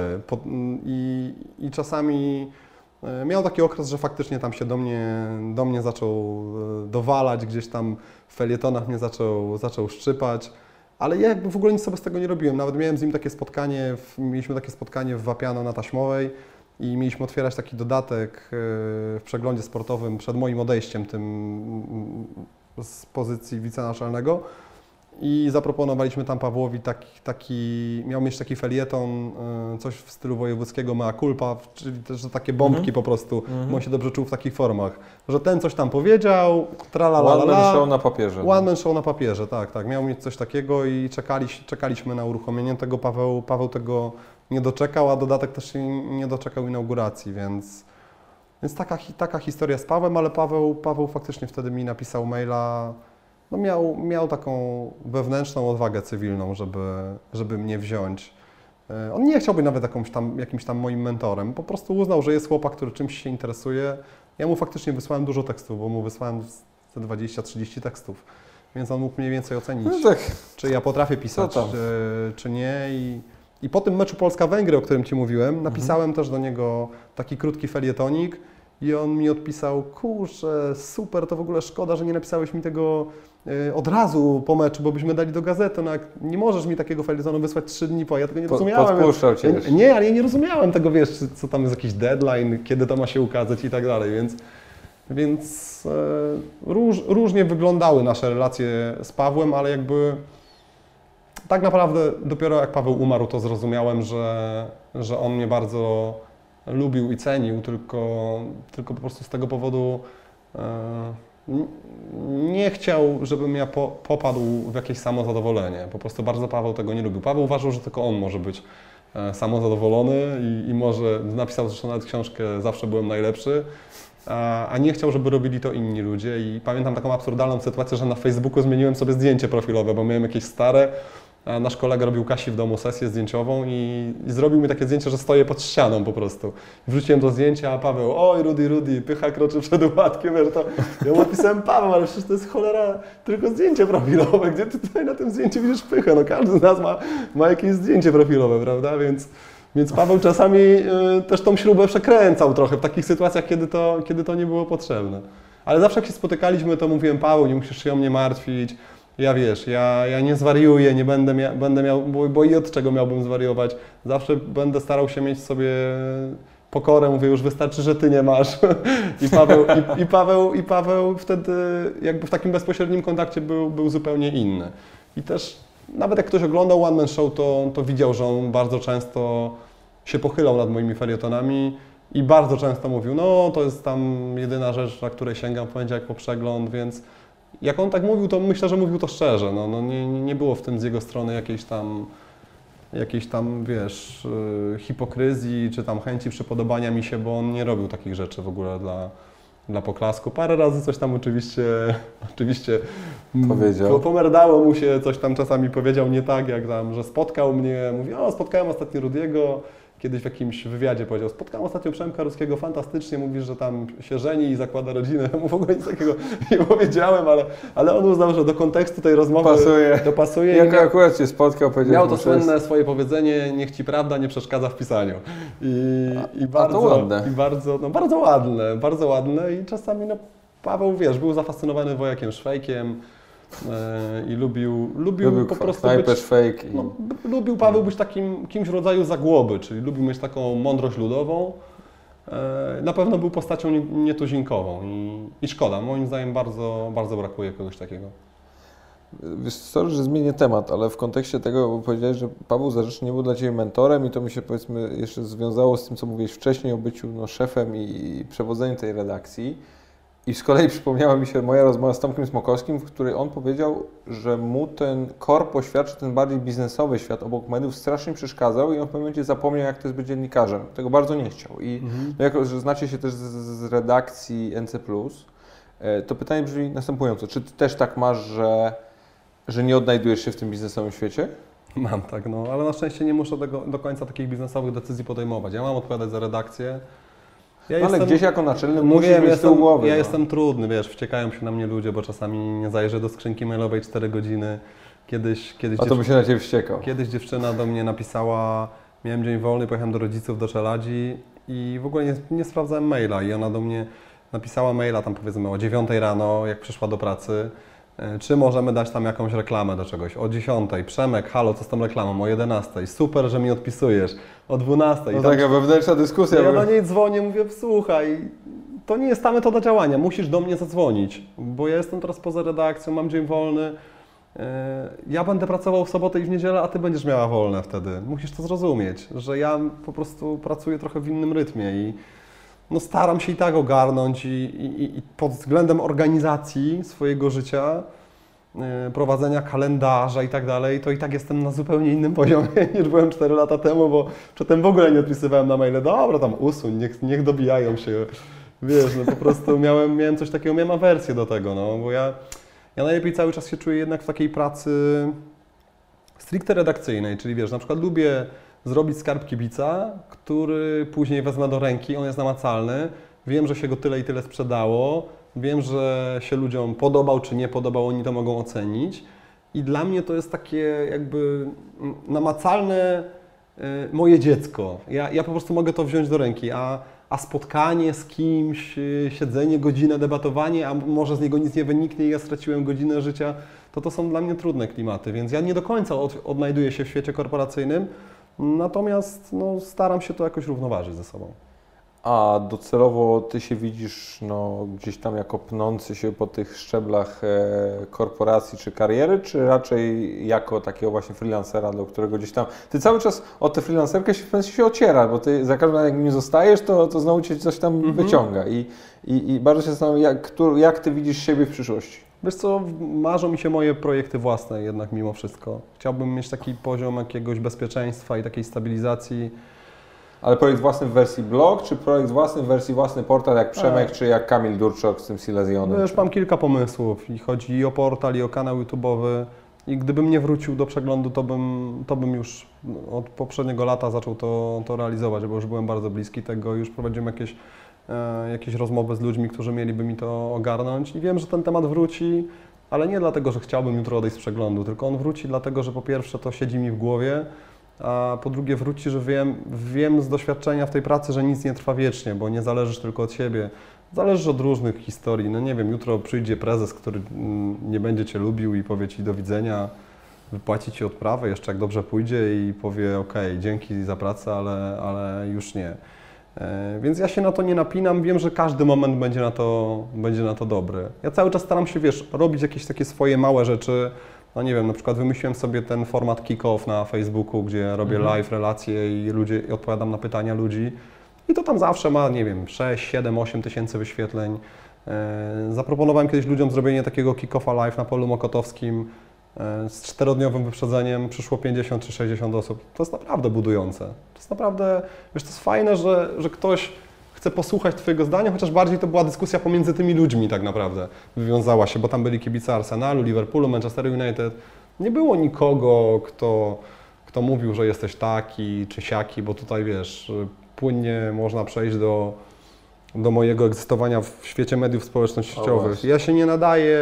i, i czasami miał taki okres, że faktycznie tam się do mnie, do mnie zaczął dowalać, gdzieś tam w felietonach mnie zaczął, zaczął szczypać. Ale ja jakby w ogóle nic sobie z tego nie robiłem. Nawet miałem z nim takie spotkanie, w, mieliśmy takie spotkanie w Wapiano na Taśmowej i mieliśmy otwierać taki dodatek w przeglądzie sportowym przed moim odejściem tym z pozycji wicenaczelnego i zaproponowaliśmy tam Pawłowi taki, taki miał mieć taki felieton, coś w stylu wojewódzkiego mea culpa, czyli też takie bombki mm-hmm. po prostu, mm-hmm. bo on się dobrze czuł w takich formach, że ten coś tam powiedział, tralalala. One man show na papierze. One man show na papierze, tak, tak. Miał mieć coś takiego i czekali, czekaliśmy na uruchomienie tego. Paweł, Paweł tego nie doczekał, a dodatek też się nie doczekał inauguracji, więc, więc taka, taka historia z Pawłem, ale Paweł, Paweł faktycznie wtedy mi napisał maila. No miał, miał taką wewnętrzną odwagę cywilną, żeby, żeby mnie wziąć. On nie chciał być nawet jakąś tam, jakimś tam moim mentorem, po prostu uznał, że jest chłopak, który czymś się interesuje. Ja mu faktycznie wysłałem dużo tekstów, bo mu wysłałem dwadzieścia trzydzieści tekstów, więc on mógł mniej więcej ocenić, no tak. czy ja potrafię pisać, czy, czy nie. I, I po tym meczu Polska-Węgry, o którym Ci mówiłem, napisałem mhm. też do niego taki krótki felietonik. I on mi odpisał, kurczę, super, to w ogóle szkoda, że nie napisałeś mi tego y, od razu po meczu, bo byśmy dali do gazety, no jak nie możesz mi takiego felietonu wysłać trzy dni po, ja tego nie po, rozumiałem. Podpuszczał Cię. Ja, nie, ale ja nie rozumiałem tego, wiesz, co tam jest jakiś deadline, kiedy to ma się ukazać i tak dalej, więc, więc y, róż, różnie wyglądały nasze relacje z Pawłem, ale jakby tak naprawdę dopiero jak Paweł umarł, to zrozumiałem, że, że on mnie bardzo lubił i cenił, tylko, tylko po prostu z tego powodu e, nie chciał, żebym ja po, popadł w jakieś samozadowolenie. Po prostu bardzo Paweł tego nie lubił. Paweł uważał, że tylko on może być e, samozadowolony i, i może, napisał zresztą nawet książkę Zawsze byłem najlepszy, a, a nie chciał, żeby robili to inni ludzie. I pamiętam taką absurdalną sytuację, że na Facebooku zmieniłem sobie zdjęcie profilowe, bo miałem jakieś stare. A nasz kolega robił Kasi w domu sesję zdjęciową i, i zrobił mi takie zdjęcie, że stoję pod ścianą po prostu. Wrzuciłem to zdjęcie, a Paweł, oj Rudy, Rudy, pycha kroczy przed upadkiem, wiesz, to ja mu napisałem, Paweł, ale przecież to jest cholera tylko zdjęcie profilowe, gdzie ty tutaj na tym zdjęciu widzisz pychę, no każdy z nas ma, ma jakieś zdjęcie profilowe, prawda, więc, więc Paweł czasami y, też tą śrubę przekręcał trochę w takich sytuacjach, kiedy to, kiedy to nie było potrzebne. Ale zawsze jak się spotykaliśmy, to mówiłem, Paweł, nie musisz się o mnie martwić. Ja wiesz, ja, ja nie zwariuję, nie będę, mia będę miał, bo, bo i od czego miałbym zwariować. Zawsze będę starał się mieć sobie pokorę, mówię, już wystarczy, że ty nie masz. I Paweł, i, i Paweł, i Paweł wtedy jakby w takim bezpośrednim kontakcie był, był zupełnie inny. I też nawet jak ktoś oglądał One Man Show, to, to widział, że on bardzo często się pochylał nad moimi felietonami i bardzo często mówił, no to jest tam jedyna rzecz, na której sięgam w poniedziałek po przegląd, więc jak on tak mówił, to myślę, że mówił to szczerze. No, no nie, nie było w tym z jego strony jakiejś tam, jakiejś tam, wiesz, yy, hipokryzji, czy tam chęci przypodobania mi się, bo on nie robił takich rzeczy w ogóle dla, dla poklasku. Parę razy coś tam oczywiście, oczywiście powiedział. Pomerdało mu się, coś tam czasami powiedział nie tak, jak tam, że spotkał mnie, mówi, o, spotkałem ostatnio Rudiego. Kiedyś w jakimś wywiadzie powiedział, spotkałem ostatnio Przemka Ruskiego, fantastycznie, mówisz, że tam się żeni i zakłada rodzinę. Ja mu w ogóle nic takiego nie powiedziałem, ale, ale on uznał, że do kontekstu tej rozmowy pasuje. dopasuje. Jak miał, akurat się spotkał, powiedział, miał to słynne jest... swoje powiedzenie, niech ci prawda nie przeszkadza w pisaniu. I, a, i bardzo, a to ładne. I bardzo, no, bardzo ładne, bardzo ładne i czasami, no, Paweł, wiesz, był zafascynowany wojakiem Szwejkiem. I lubił, lubił, lubił po prostu być, fake i... no, lubił Paweł być takim kimś w rodzaju zagłoby, czyli lubił mieć taką mądrość ludową. Na pewno był postacią nietuzinkową i, i szkoda, moim zdaniem bardzo, bardzo brakuje kogoś takiego. Wiesz, sorry, że zmienię temat, ale w kontekście tego, bo powiedziałeś, że Paweł Zarzeczny nie był dla Ciebie mentorem i to mi się, powiedzmy, jeszcze związało z tym, co mówiłeś wcześniej o byciu no, szefem i przewodzeniu tej redakcji. I z kolei przypomniała mi się moja rozmowa z Tomkiem Smokowskim, w której on powiedział, że mu ten korpo świat, czy ten bardziej biznesowy świat obok mediów strasznie przeszkadzał i on w pewnym momencie zapomniał, jak to jest być dziennikarzem. Tego bardzo nie chciał. I mhm. no jako, że znacie się też z, z redakcji N C plus, to pytanie brzmi następująco. Czy Ty też tak masz, że Że nie odnajdujesz się w tym biznesowym świecie? Mam tak, no, ale na szczęście nie muszę tego, do końca takich biznesowych decyzji podejmować. Ja mam odpowiadać za redakcję. Ja ale jestem, gdzieś jako naczelny no musisz wiem, mieć jestem, z tyłu głowy. Ja no. jestem trudny, wiesz, wściekają się na mnie ludzie, bo czasami nie zajrzę do skrzynki mailowej cztery godziny. Kiedyś, kiedyś, A to by się na Ciebie wściekał. kiedyś dziewczyna do mnie napisała, miałem dzień wolny, pojechałem do rodziców, do Czeladzi i w ogóle nie, nie sprawdzałem maila i ona do mnie napisała maila tam powiedzmy o dziewiątej rano, jak przyszła do pracy. Czy możemy dać tam jakąś reklamę do czegoś? O dziesiątej. Przemek, halo, co z tą reklamą? O jedenastej. Super, że mi odpisujesz. O dwunastej. No taka wewnętrzna dyskusja. Ja do niej dzwonię, mówię, słuchaj, to nie jest ta metoda działania, musisz do mnie zadzwonić, bo ja jestem teraz poza redakcją, mam dzień wolny. Ja będę pracował w sobotę i w niedzielę, a Ty będziesz miała wolne wtedy. Musisz to zrozumieć, że ja po prostu pracuję trochę w innym rytmie i no staram się i tak ogarnąć i, i, i pod względem organizacji swojego życia, yy, prowadzenia kalendarza i tak dalej, to i tak jestem na zupełnie innym poziomie niż byłem cztery lata temu, bo przedtem w ogóle nie odpisywałem na maile. Dobra, tam usuń, niech, niech dobijają się. Wiesz, no po prostu miałem, miałem coś takiego, miałem awersję do tego, no, bo ja, ja najlepiej cały czas się czuję jednak w takiej pracy stricte redakcyjnej, czyli wiesz, na przykład lubię zrobić skarb kibica, który później wezmę do ręki, on jest namacalny, wiem, że się go tyle i tyle sprzedało, wiem, że się ludziom podobał czy nie podobał, oni to mogą ocenić i dla mnie to jest takie jakby namacalne y, moje dziecko. Ja, ja po prostu mogę to wziąć do ręki, a, a spotkanie z kimś, y, siedzenie, godzinę, debatowanie, a może z niego nic nie wyniknie i ja straciłem godzinę życia, to to są dla mnie trudne klimaty, więc ja nie do końca od, odnajduję się w świecie korporacyjnym. Natomiast no, staram się to jakoś równoważyć ze sobą. A docelowo Ty się widzisz no, gdzieś tam jako pnący się po tych szczeblach e, korporacji czy kariery, czy raczej jako takiego właśnie freelancera, do którego gdzieś tam... Ty cały czas o tę freelancerkę się w pewien się ociera, bo Ty za każdym razem jak nie zostajesz, to, to znowu Cię coś tam mhm. wyciąga i, i, i bardzo się zastanawiam, jak, jak Ty widzisz siebie w przyszłości. Wiesz co, marzą mi się moje projekty własne jednak mimo wszystko. Chciałbym mieć taki poziom jakiegoś bezpieczeństwa i takiej stabilizacji. Ale projekt własny w wersji blog, czy projekt własny w wersji własny portal jak Przemek, A. czy jak Kamil Durczok z tym Silezjonem? No już mam kilka pomysłów i chodzi i o portal, i o kanał YouTube'owy. I gdybym nie wrócił do przeglądu, to bym, to bym już od poprzedniego lata zaczął to, to realizować, bo już byłem bardzo bliski tego, już prowadziłem jakieś jakieś rozmowy z ludźmi, którzy mieliby mi to ogarnąć i wiem, że ten temat wróci, ale nie dlatego, że chciałbym jutro odejść z przeglądu, tylko on wróci dlatego, że po pierwsze to siedzi mi w głowie, a po drugie wróci, że wiem, wiem z doświadczenia w tej pracy, że nic nie trwa wiecznie, bo nie zależysz tylko od siebie, zależysz od różnych historii. No nie wiem, jutro przyjdzie prezes, który nie będzie Cię lubił i powie Ci do widzenia, wypłaci Ci odprawę, jeszcze jak dobrze pójdzie i powie ok, dzięki za pracę, ale, ale już nie. Więc ja się na to nie napinam, wiem, że każdy moment będzie na to, będzie na to dobry. Ja cały czas staram się, wiesz, robić jakieś takie swoje małe rzeczy. No nie wiem, na przykład wymyśliłem sobie ten format kick-off na Facebooku, gdzie robię mhm. live relacje i, ludzie, i odpowiadam na pytania ludzi. I to tam zawsze ma, nie wiem, sześć, siedem, osiem tysięcy wyświetleń. Zaproponowałem kiedyś ludziom zrobienie takiego kick-offa live na polu mokotowskim. Z czterodniowym wyprzedzeniem przyszło pięćdziesiąt czy sześćdziesiąt osób. To jest naprawdę budujące. To jest naprawdę, wiesz, to jest fajne, że, że ktoś chce posłuchać Twojego zdania, chociaż bardziej to była dyskusja pomiędzy tymi ludźmi tak naprawdę wywiązała się, bo tam byli kibice Arsenalu, Liverpoolu, Manchester United. Nie było nikogo, kto, kto mówił, że jesteś taki czy siaki, bo tutaj, wiesz, płynnie można przejść do, do mojego egzystowania w świecie mediów społecznościowych. Ja się nie nadaję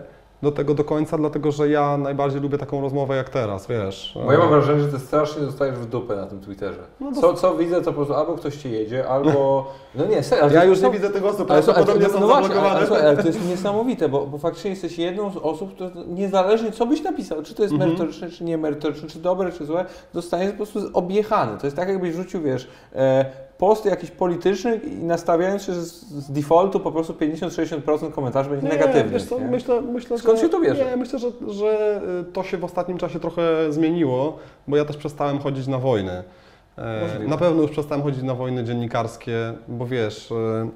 do tego do końca, dlatego że ja najbardziej lubię taką rozmowę jak teraz, wiesz. Bo ja mam wrażenie, że ty strasznie dostajesz w dupę na tym Twitterze. No co, co widzę, to po prostu albo ktoś Cię jedzie, albo... No nie, serio. Ja już nie widzę tych osób, ale prawdopodobnie są no właśnie, zablokowane. ale, ale to jest niesamowite, bo, bo faktycznie jesteś jedną z osób, która niezależnie co byś napisał, czy to jest mhm. merytoryczne, czy nie merytoryczne, czy dobre, czy złe, zostaniesz po prostu objechany. To jest tak, jakbyś rzucił, wiesz, e, post jakiś polityczny i nastawiając się z, z defaultu po prostu pięćdziesiąt do sześćdziesięciu procent komentarzy będzie nie, negatywnych. Wiesz co, nie? Myślę, myślę, Skąd że, się to bierze? Nie, myślę, że, że to się w ostatnim czasie trochę zmieniło, bo ja też przestałem chodzić na wojny. Możliwe. Na pewno już przestałem chodzić na wojny dziennikarskie, bo wiesz,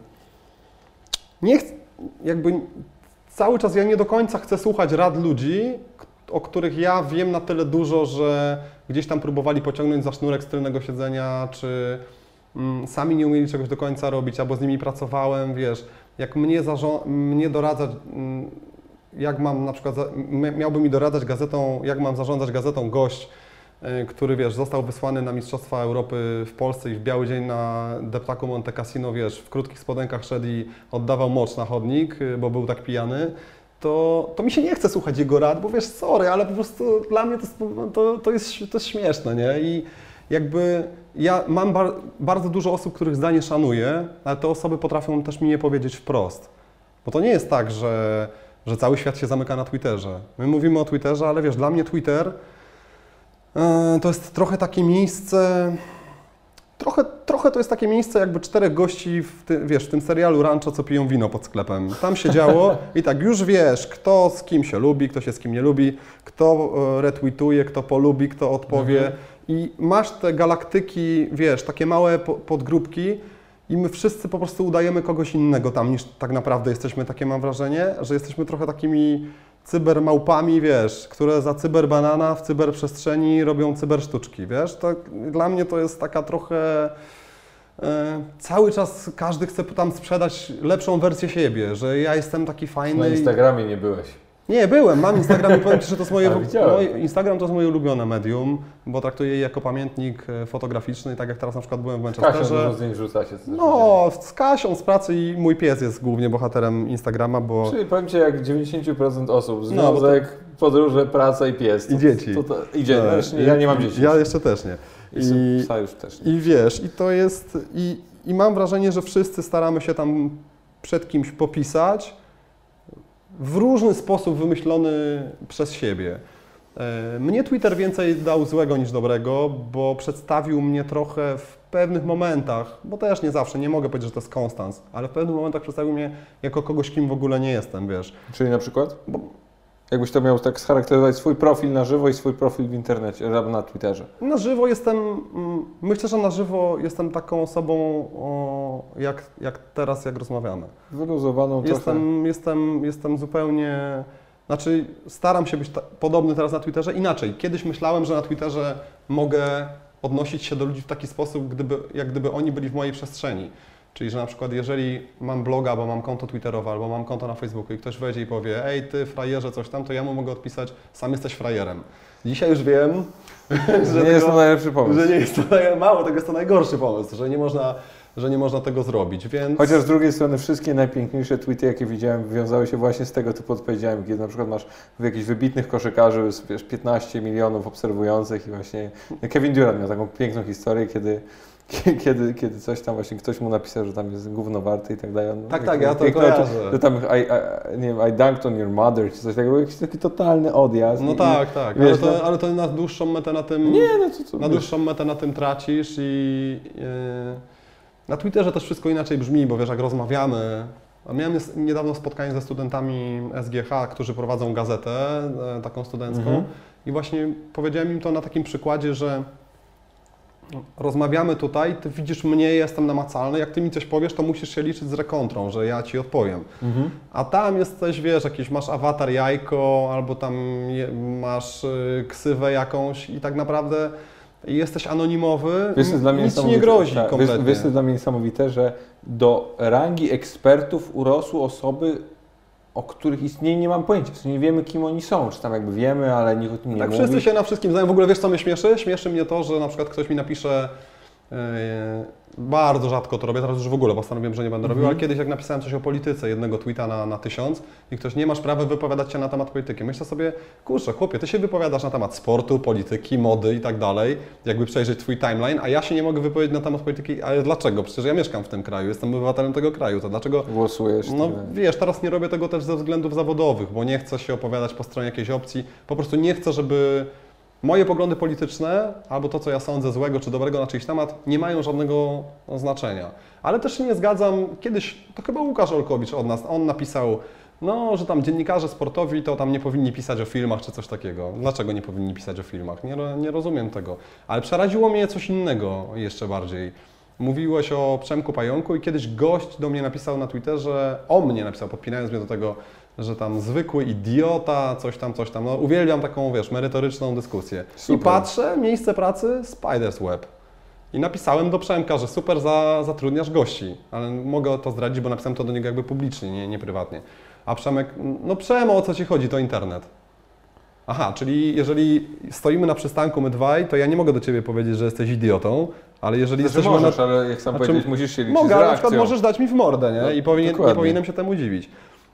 nie chcę, jakby cały czas ja nie do końca chcę słuchać rad ludzi, o których ja wiem na tyle dużo, że gdzieś tam próbowali pociągnąć za sznurek z tylnego siedzenia, czy mm, sami nie umieli czegoś do końca robić, albo z nimi pracowałem, wiesz, jak mnie, mnie doradza mm, jak mam na przykład, miałby mi doradzać gazetą, jak mam zarządzać gazetą gość, który, wiesz, został wysłany na Mistrzostwa Europy w Polsce i w biały dzień na deptaku Monte Cassino, wiesz, w krótkich spodenkach szedł i oddawał mocz na chodnik, bo był tak pijany, to, to mi się nie chce słuchać jego rad, bo wiesz, sorry, ale po prostu dla mnie to jest, to, to jest, to jest śmieszne, nie? I jakby ja mam bar bardzo dużo osób, których zdanie szanuję, ale te osoby potrafią też mi je powiedzieć wprost. Bo to nie jest tak, że, że cały świat się zamyka na Twitterze. My mówimy o Twitterze, ale wiesz, dla mnie Twitter to jest trochę takie miejsce, trochę, trochę to jest takie miejsce jakby czterech gości w, ty, wiesz, w tym serialu Rancho, co piją wino pod sklepem. Tam się działo i tak już wiesz, kto z kim się lubi, kto się z kim nie lubi, kto retweetuje, kto polubi, kto odpowie. Mhm. I masz te galaktyki, wiesz, takie małe podgrupki i my wszyscy po prostu udajemy kogoś innego tam niż tak naprawdę jesteśmy, takie mam wrażenie, że jesteśmy trochę takimi cybermałpami, wiesz, które za cyberbanana w cyberprzestrzeni robią cybersztuczki, wiesz, to dla mnie to jest taka trochę, e, cały czas każdy chce tam sprzedać lepszą wersję siebie, że ja jestem taki fajny. Na Instagramie nie byłeś. Nie, byłem, mam Instagram i powiem Ci, że to jest moje, moje, Instagram to jest moje ulubione medium, bo traktuję je jako pamiętnik fotograficzny, tak jak teraz na przykład byłem w Manchesterze. Kasią dużo zdjęć rzucacie. No, z Kasią z pracy i mój pies jest głównie bohaterem Instagrama, bo... Czyli powiem Ci, jak dziewięćdziesiąt procent osób, związek, no, to... podróże, praca i pies. To, I dzieci. To, to, to, I dzieci, no, ja nie mam dzieci. Ja jeszcze też nie. I, I psa już też nie. I wiesz, i to jest... I, I mam wrażenie, że wszyscy staramy się tam przed kimś popisać, w różny sposób wymyślony przez siebie. Mnie Twitter więcej dał złego niż dobrego, bo przedstawił mnie trochę w pewnych momentach, bo też nie zawsze, nie mogę powiedzieć, że to jest konstans, ale w pewnych momentach przedstawił mnie jako kogoś, kim w ogóle nie jestem, wiesz. Czyli na przykład? Bo... Jakbyś to miał tak scharakteryzować swój profil na żywo i swój profil w internecie, na Twitterze? Na żywo jestem, myślę, że na żywo jestem taką osobą, o, jak, jak teraz, jak rozmawiamy. Wyluzowaną trochę. Jestem, jestem, jestem zupełnie, znaczy staram się być podobny teraz na Twitterze. Inaczej, kiedyś myślałem, że na Twitterze mogę odnosić się do ludzi w taki sposób, gdyby, jak gdyby oni byli w mojej przestrzeni. Czyli, że na przykład jeżeli mam bloga, bo mam konto twitterowe, albo mam konto na Facebooku i ktoś wejdzie i powie, ej ty frajerze coś tam, to ja mu mogę odpisać, sam jesteś frajerem. Dzisiaj już wiem, że nie jest to najlepszy pomysł. Że nie jest to mało, tego jest to najgorszy pomysł, że nie można, że nie można tego zrobić, więc... Chociaż z drugiej strony wszystkie najpiękniejsze tweety, jakie widziałem, wiązały się właśnie z tego typu odpowiedziami, kiedy na przykład masz jakichś wybitnych koszykarzy z wiesz, piętnaście milionów obserwujących i właśnie Kevin Durant miał taką piękną historię, kiedy Kiedy, kiedy coś tam właśnie ktoś mu napisał, że tam jest gówno warty i tak dalej. On, tak, tak, ja to kojarzę. Że tam I, I, nie wiem, I dunked on your mother, czy coś takiego, jakiś taki totalny odjazd. No i, tak, tak, wiesz, ale, to, ale to na dłuższą metę na tym, nie, no to, to, na dłuższą metę na tym tracisz i yy, na Twitterze też wszystko inaczej brzmi, bo wiesz, jak rozmawiamy, miałem niedawno spotkanie ze studentami S G H, którzy prowadzą gazetę taką studencką mhm. i właśnie powiedziałem im to na takim przykładzie, że rozmawiamy tutaj, ty widzisz mnie, jestem namacalny, jak ty mi coś powiesz, to musisz się liczyć z rekontrą, że ja ci odpowiem. Mhm. A tam jesteś, wiesz, jakiś masz awatar jajko, albo tam je, masz y, ksywę jakąś i tak naprawdę jesteś anonimowy, wiesz, dla mnie nic ci nie grozi tak, kompletnie. Wiesz, wiesz, dla mnie niesamowite, że do rangi ekspertów urosły osoby, o których istnieniu nie mam pojęcia, w sensie nie wiemy, kim oni są, czy tam jakby wiemy, ale nikt o tym nie tak, mówi. Wszyscy się na wszystkim znają. W ogóle wiesz, co mnie śmieszy? Śmieszy mnie to, że na przykład ktoś mi napisze, yy, bardzo rzadko to robię, teraz już w ogóle postanowiłem, że nie będę robił, mhm. ale kiedyś jak napisałem coś o polityce, jednego tweeta na, na tysiąc i ktoś, nie masz prawa wypowiadać się na temat polityki. Myślę sobie, kurczę, chłopie, ty się wypowiadasz na temat sportu, polityki, mody i tak dalej, jakby przejrzeć twój timeline, a ja się nie mogę wypowiedzieć na temat polityki, ale dlaczego? Przecież ja mieszkam w tym kraju, jestem obywatelem tego kraju, to dlaczego... Głosujesz? No wiesz, teraz nie robię tego też ze względów zawodowych, bo nie chcę się opowiadać po stronie jakiejś opcji, po prostu nie chcę, żeby moje poglądy polityczne, albo to, co ja sądzę złego czy dobrego na czyjś temat, nie mają żadnego znaczenia. Ale też się nie zgadzam, kiedyś, to chyba Łukasz Olkowicz od nas, on napisał, no, że tam dziennikarze sportowi to tam nie powinni pisać o filmach czy coś takiego. Dlaczego nie powinni pisać o filmach? Nie, nie rozumiem tego. Ale przeraziło mnie coś innego jeszcze bardziej. Mówiłeś o Przemku Pająku i kiedyś gość do mnie napisał na Twitterze, o mnie napisał, podpinając mnie do tego, że tam zwykły idiota, coś tam, coś tam. No, uwielbiam taką, wiesz, merytoryczną dyskusję. Super. I patrzę, miejsce pracy, Spider's Web. I napisałem do Przemka, że super, za, zatrudniasz gości, ale mogę to zdradzić, bo napisałem to do niego jakby publicznie, nie, nie prywatnie. A Przemek, no Przemo, o co Ci chodzi, to internet. Aha, czyli jeżeli stoimy na przystanku my dwaj, to ja nie mogę do Ciebie powiedzieć, że jesteś idiotą, ale jeżeli Znaczy jesteśmy możesz, na... ale jak sam Znaczy, powiedzieć, musisz się liczyć Mogę, z ale na reakcją. przykład możesz dać mi w mordę, nie? No, I powinien, nie dokładnie. powinienem się temu dziwić.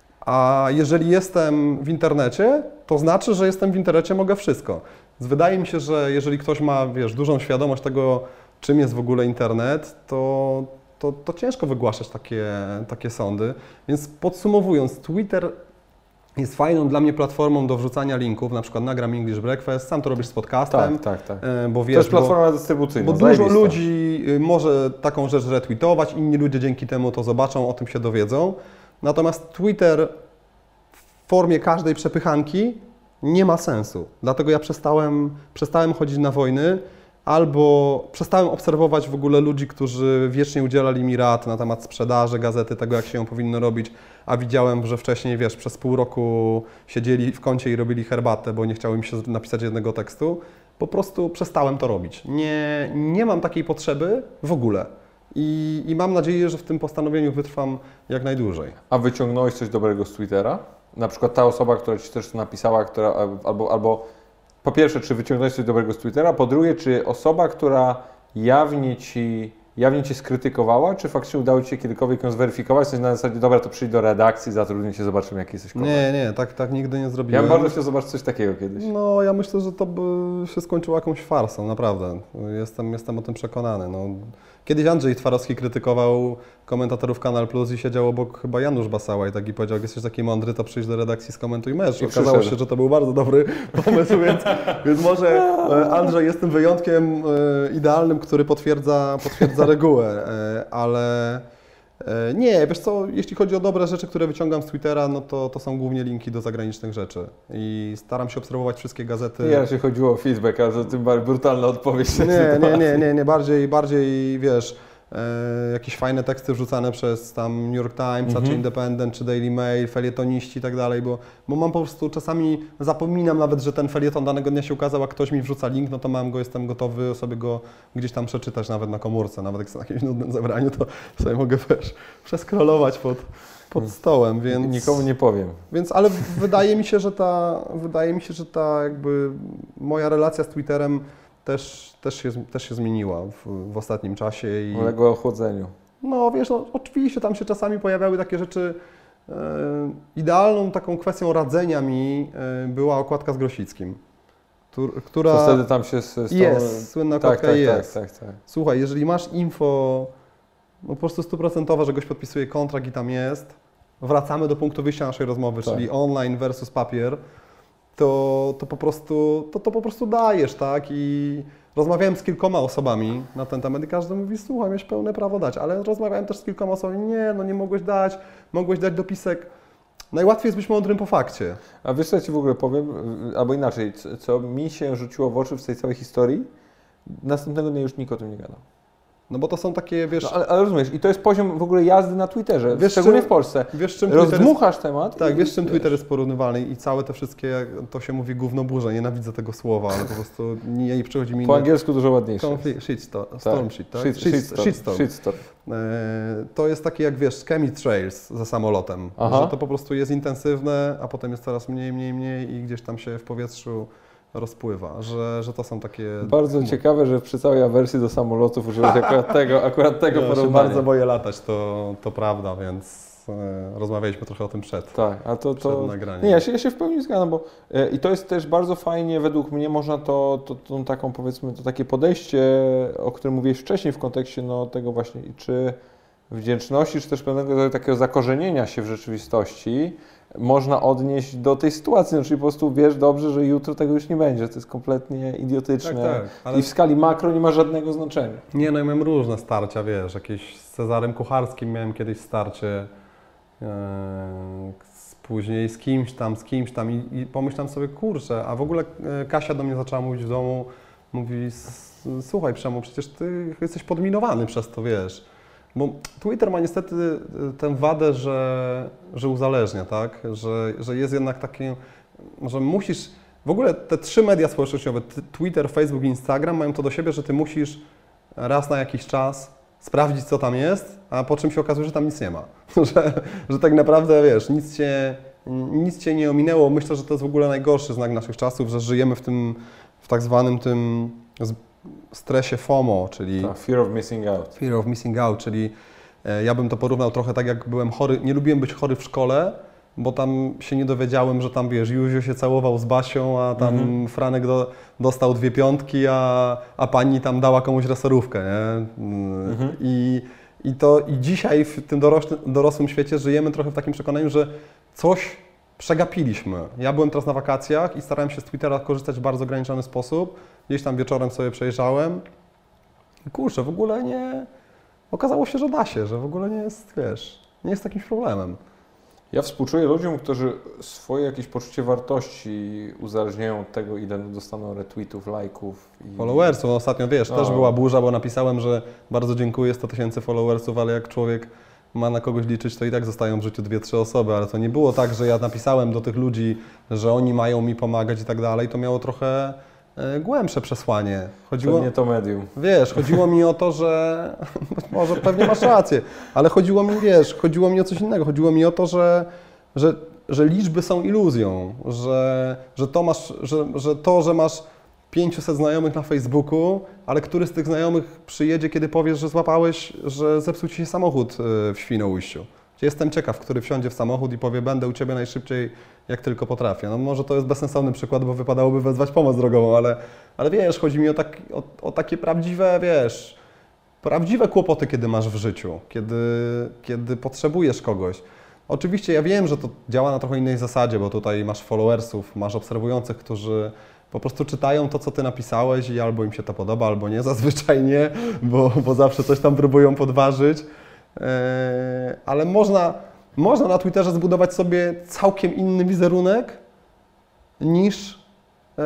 A jeżeli jestem w internecie, to znaczy, że jestem w internecie, mogę wszystko. Więc wydaje mi się, że jeżeli ktoś ma, wiesz, dużą świadomość tego, czym jest w ogóle internet, to, to, to ciężko wygłaszać takie, takie sądy. Więc podsumowując, Twitter jest fajną dla mnie platformą do wrzucania linków, na przykład nagram English Breakfast, sam to robisz z podcastem, Tak, tak, tak. e, bo wiesz, To jest bo- platforma dystrybucyjna, bo dużo zajebista. ludzi y, może taką rzecz retweetować, inni ludzie dzięki temu to zobaczą, o tym się dowiedzą. Natomiast Twitter w formie każdej przepychanki nie ma sensu. Dlatego ja przestałem, przestałem chodzić na wojny albo przestałem obserwować w ogóle ludzi, którzy wiecznie udzielali mi rad na temat sprzedaży gazety, tego jak się ją powinno robić, a widziałem, że wcześniej, wiesz, przez pół roku siedzieli w kącie i robili herbatę, bo nie chciało im się napisać jednego tekstu. Po prostu przestałem to robić. Nie, nie mam takiej potrzeby w ogóle. I, I mam nadzieję, że w tym postanowieniu wytrwam jak najdłużej. A wyciągnąłeś coś dobrego z Twittera? Na przykład ta osoba, która Ci też napisała, która, albo, albo po pierwsze, czy wyciągnąłeś coś dobrego z Twittera? Po drugie, czy osoba, która jawnie Ci, jawnie cię skrytykowała, czy faktycznie udało Ci się kiedykolwiek ją zweryfikować? Coś na zasadzie, dobra, to przyjdź do redakcji, zatrudnij się, zobaczymy, jaki jesteś kolor. Nie, nie, tak, tak nigdy nie Ja zrobiłem. bym bardzo chciał zobaczyć coś takiego kiedyś. No, ja myślę, że to by się skończyło jakąś farsą, naprawdę. Jestem, jestem o tym przekonany. No, kiedyś Andrzej Twarowski krytykował komentatorów Kanal Plus i siedział obok chyba Janusz Basała i tak i powiedział, jak jesteś taki mądry, to przyjdź do redakcji, skomentuj mecz. I Okazało przyszedł. się, że to był bardzo dobry pomysł, więc, więc może e, Andrzej jest tym wyjątkiem e, idealnym, który potwierdza, potwierdza regułę, e, ale e, nie, wiesz co, jeśli chodzi o dobre rzeczy, które wyciągam z Twittera, no to, to są głównie linki do zagranicznych rzeczy i staram się obserwować wszystkie gazety. Nie, raczej chodziło o feedback, ale to tym bardziej brutalna odpowiedź. na Nie, nie, sytuację. nie, nie, nie, bardziej, bardziej, wiesz, e, jakieś fajne teksty wrzucane przez tam New York Times, Mhm. czy Independent, czy Daily Mail, felietoniści i tak dalej, bo, bo mam po prostu, czasami zapominam nawet, że ten felieton danego dnia się ukazał, a ktoś mi wrzuca link, no to mam go, jestem gotowy sobie go gdzieś tam przeczytać nawet na komórce, nawet jak jestem na jakimś nudnym zebraniu, to sobie mogę, wiesz, przeskrolować pod, pod stołem, więc... Nikomu nie powiem. Więc, ale wydaje mi się, że ta, wydaje mi się, że ta jakby moja relacja z Twitterem też, też, się, też się zmieniła w, w ostatnim czasie. I, Uległa ochłodzeniu. no wiesz, no, oczywiście tam się czasami pojawiały takie rzeczy. E, idealną taką kwestią radzenia mi e, była okładka z Grosickim, któr- która To wtedy tam się z, z tą... jest, słynna tak, okładka tak, jest. tak, tak, tak. Słuchaj, jeżeli masz info no, po prostu stuprocentowe, że goś podpisuje kontrakt i tam jest, wracamy do punktu wyjścia naszej rozmowy, Tak. czyli online versus papier, to, to, po prostu, to, to po prostu dajesz, tak? I rozmawiałem z kilkoma osobami na ten temat i każdy mówi, słuchaj, miałeś pełne prawo dać, ale rozmawiałem też z kilkoma osobami, nie, no nie mogłeś dać, mogłeś dać dopisek. Najłatwiej jest być mądrym po fakcie. A wiesz co ja Ci w ogóle powiem, albo inaczej, co, co mi się rzuciło w oczy w tej całej historii? Następnego dnia już nikt o tym nie gadał. No bo to są takie, wiesz, No, ale, ale rozumiesz, i to jest poziom w ogóle jazdy na Twitterze, Wiesz, szczególnie czym- w Polsce. wiesz czym Twitter jest... Rozdmuchasz temat. Tak, i- wiesz czym Twitter jest porównywalny i całe te wszystkie, to się mówi gównoburze, nienawidzę tego słowa, ale po prostu nie, nie przychodzi mi Po inne- angielsku dużo ładniejsze. Konflikt, shitstorm, Tak. storm shit, tak? Shit, Shit- shitstorm. shitstorm. Shitstorm. E, To jest takie jak wiesz, chemtrails za samolotem, Aha. że to po prostu jest intensywne, a potem jest coraz mniej, mniej, mniej i gdzieś tam się w powietrzu rozpływa, że, że to są takie... Bardzo ciekawe, że przy całej awersji do samolotów użyłeś akurat tego, akurat tego Ja się porównania. bardzo boję latać, to, to prawda, więc e, rozmawialiśmy trochę o tym przed, Tak, a to, przed to nagraniem. nie, ja się, ja się w pełni zgadzam, bo e, i to jest też bardzo fajnie, według mnie można to, to, tą taką powiedzmy, to takie podejście, o którym mówiłeś wcześniej w kontekście no, tego właśnie, czy wdzięczności, czy też pewnego rodzaju takiego zakorzenienia się w rzeczywistości można odnieść do tej sytuacji, no, czyli po prostu wiesz dobrze, że jutro tego już nie będzie, to jest kompletnie idiotyczne Tak, tak, ale- i w skali makro nie ma żadnego znaczenia. Nie, no ja miałem różne starcia, wiesz, jakieś z Cezarem Kucharskim miałem kiedyś starcie, e, z- później z kimś tam, z kimś tam i, i pomyślałem sobie, kurczę, a w ogóle e, Kasia do mnie zaczęła mówić w domu, mówi, "S- słuchaj Przemu, przecież ty jesteś podminowany przez to, wiesz, bo Twitter ma niestety e, tę wadę, że, że uzależnia, tak, że, że jest jednak takie, że musisz, w ogóle te trzy media społecznościowe, t- Twitter, Facebook i Instagram mają to do siebie, że ty musisz raz na jakiś czas sprawdzić, co tam jest, a po czym się okazuje, że tam nic nie ma. że, że tak naprawdę, wiesz, nic cię, nic cię nie ominęło. Myślę, że to jest w ogóle najgorszy znak naszych czasów, że żyjemy w tym, w tak zwanym tym stresie FOMO, czyli... Ta, fear of missing out. Fear of missing out, czyli e, ja bym to porównał trochę tak, jak byłem chory, nie lubiłem być chory w szkole, bo tam się nie dowiedziałem, że tam, wiesz, Józio się całował z Basią, a tam mhm. Franek do, dostał dwie piątki, a, a pani tam dała komuś resorówkę, nie? Mhm. I, i, to, I dzisiaj w tym dorosłym, dorosłym świecie żyjemy trochę w takim przekonaniu, że coś przegapiliśmy. Ja byłem teraz na wakacjach i starałem się z Twittera korzystać w bardzo ograniczony sposób. Gdzieś tam wieczorem sobie przejrzałem i kurczę, w ogóle nie... Okazało się, że da się, że w ogóle nie jest, wiesz, nie jest jakimś problemem. Ja współczuję ludziom, którzy swoje jakieś poczucie wartości uzależniają od tego, ile dostaną retweetów, lajków. I... Followersów. No, ostatnio, wiesz, no. też była burza, bo napisałem, że bardzo dziękuję, sto tysięcy followersów, ale jak człowiek ma na kogoś liczyć, to i tak zostają w życiu dwie, trzy osoby, ale to nie było tak, że ja napisałem do tych ludzi, że oni mają mi pomagać i tak dalej, to miało trochę e, głębsze przesłanie. Chodziło, to nie to medium. Wiesz, chodziło mi o to, że, może pewnie masz rację, ale chodziło mi, wiesz, chodziło mi o coś innego, chodziło mi o to, że, że, że liczby są iluzją, że, że, to masz, że, że to, że masz pięciuset znajomych na Facebooku, ale który z tych znajomych przyjedzie, kiedy powiesz, że złapałeś, że zepsuł ci się samochód w Świnoujściu. Jestem ciekaw, który wsiądzie w samochód i powie, będę u Ciebie najszybciej, jak tylko potrafię. No może to jest bezsensowny przykład, bo wypadałoby wezwać pomoc drogową, ale, ale wiesz, chodzi mi o, tak, o, o takie prawdziwe, wiesz, prawdziwe kłopoty, kiedy masz w życiu, kiedy, kiedy potrzebujesz kogoś. Oczywiście ja wiem, że to działa na trochę innej zasadzie, bo tutaj masz followersów, masz obserwujących, którzy po prostu czytają to, co Ty napisałeś i albo im się to podoba, albo nie, zazwyczaj nie, bo, bo zawsze coś tam próbują podważyć. Eee, ale można, można na Twitterze zbudować sobie całkiem inny wizerunek niż, eee,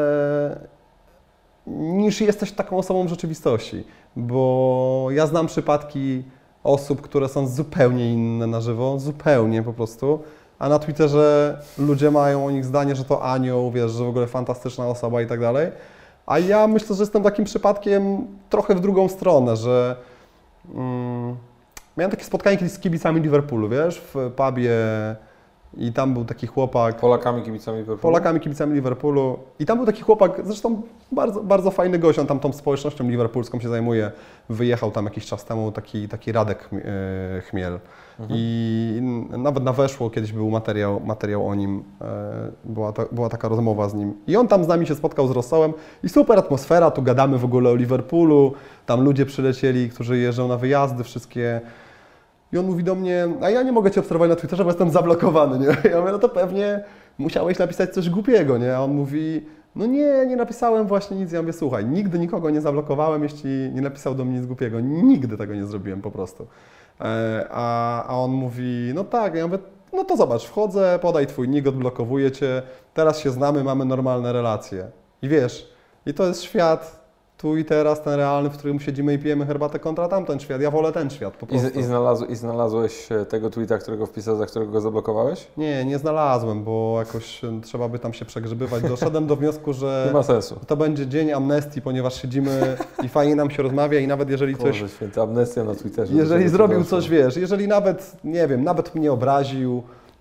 niż jesteś taką osobą w rzeczywistości. Bo ja znam przypadki osób, które są zupełnie inne na żywo, zupełnie po prostu. A na Twitterze ludzie mają o nich zdanie, że to anioł, wiesz, że w ogóle fantastyczna osoba i tak dalej. A ja myślę, że jestem takim przypadkiem trochę w drugą stronę, że mm, miałem takie spotkanie kiedyś z kibicami Liverpoolu, wiesz, w pubie i tam był taki chłopak... Polakami kibicami Liverpoolu? Polakami kibicami Liverpoolu. I tam był taki chłopak, zresztą bardzo, bardzo fajny gość, on tam tą społecznością liverpoolską się zajmuje. Wyjechał tam jakiś czas temu taki, taki Radek Chmiel. Mhm. I nawet na Weszło kiedyś był materiał, materiał o nim, była, ta, była taka rozmowa z nim. I on tam z nami się spotkał z Rosołem i super atmosfera, tu gadamy w ogóle o Liverpoolu, tam ludzie przylecieli, którzy jeżdżą na wyjazdy wszystkie. I on mówi do mnie, a ja nie mogę Cię obserwować na Twitterze, bo jestem zablokowany, nie? Ja mówię, no to pewnie musiałeś napisać coś głupiego, nie? A on mówi, no nie, nie napisałem właśnie nic. Ja mówię, słuchaj, nigdy nikogo nie zablokowałem, jeśli nie napisał do mnie nic głupiego. Nigdy tego nie zrobiłem po prostu. A, a on mówi, no tak, ja mówię, no to zobacz, wchodzę, podaj Twój nick, odblokowuję Cię, teraz się znamy, mamy normalne relacje. I wiesz, i to jest świat tu i teraz, ten realny, w którym siedzimy i pijemy herbatę kontra tamten świat. Ja wolę ten świat po prostu. I, i, znalazł, I znalazłeś tego tweeta, którego wpisał, za którego go zablokowałeś? Nie, nie znalazłem, bo jakoś trzeba by tam się przegrzebywać. Doszedłem do wniosku, że nie ma sensu. To będzie dzień amnestii, ponieważ siedzimy i fajnie nam się rozmawia i nawet jeżeli coś... Boże święty, amnestia na Twitterze. Jeżeli zrobił coś, wiesz, jeżeli nawet, nie wiem, nawet mnie obraził,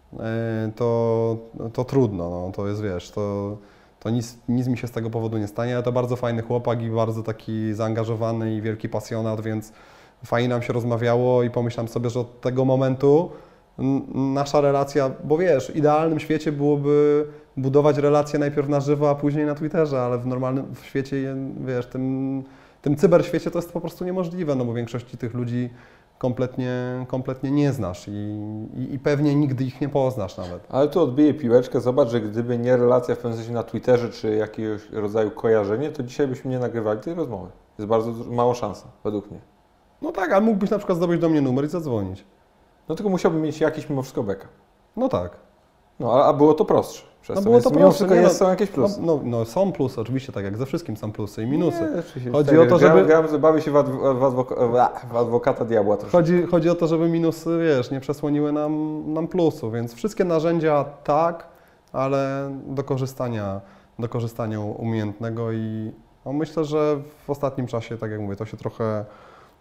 to, to trudno, no, to jest, wiesz, to... to nic, nic mi się z tego powodu nie stanie, ale to bardzo fajny chłopak i bardzo taki zaangażowany i wielki pasjonat, więc fajnie nam się rozmawiało i pomyślałem sobie, że od tego momentu nasza relacja, bo wiesz, w idealnym świecie byłoby budować relacje najpierw na żywo, a później na Twitterze, ale w normalnym świecie, wiesz, tym, tym cyberświecie to jest po prostu niemożliwe, no bo większości tych ludzi kompletnie, kompletnie nie znasz i, i, i pewnie nigdy ich nie poznasz nawet. Ale tu odbiję piłeczkę, zobacz, że gdyby nie relacja w pewnym sensie na Twitterze czy jakiegoś rodzaju kojarzenie, to dzisiaj byśmy nie nagrywali tej rozmowy. Jest bardzo mała szansa, według mnie. No tak, ale mógłbyś na przykład zdobyć do mnie numer i zadzwonić. No tylko musiałbym mieć jakiś mimo wszystko beka. No tak. No, a, a było to prostsze. Przez no to, było to mimo prostsze. wszystko jest, są jakieś plusy. No, no, no są plusy, oczywiście, tak jak ze wszystkim są plusy i minusy. Nie, chodzi tak, o to, żeby... Gram, gram, bawię się w, adw w, adwok w adwokata diabła troszkę. Chodzi, chodzi o to, żeby minusy, wiesz, nie przesłoniły nam, nam plusu, więc wszystkie narzędzia tak, ale do korzystania, do korzystania umiejętnego i no myślę, że w ostatnim czasie, tak jak mówię, to się trochę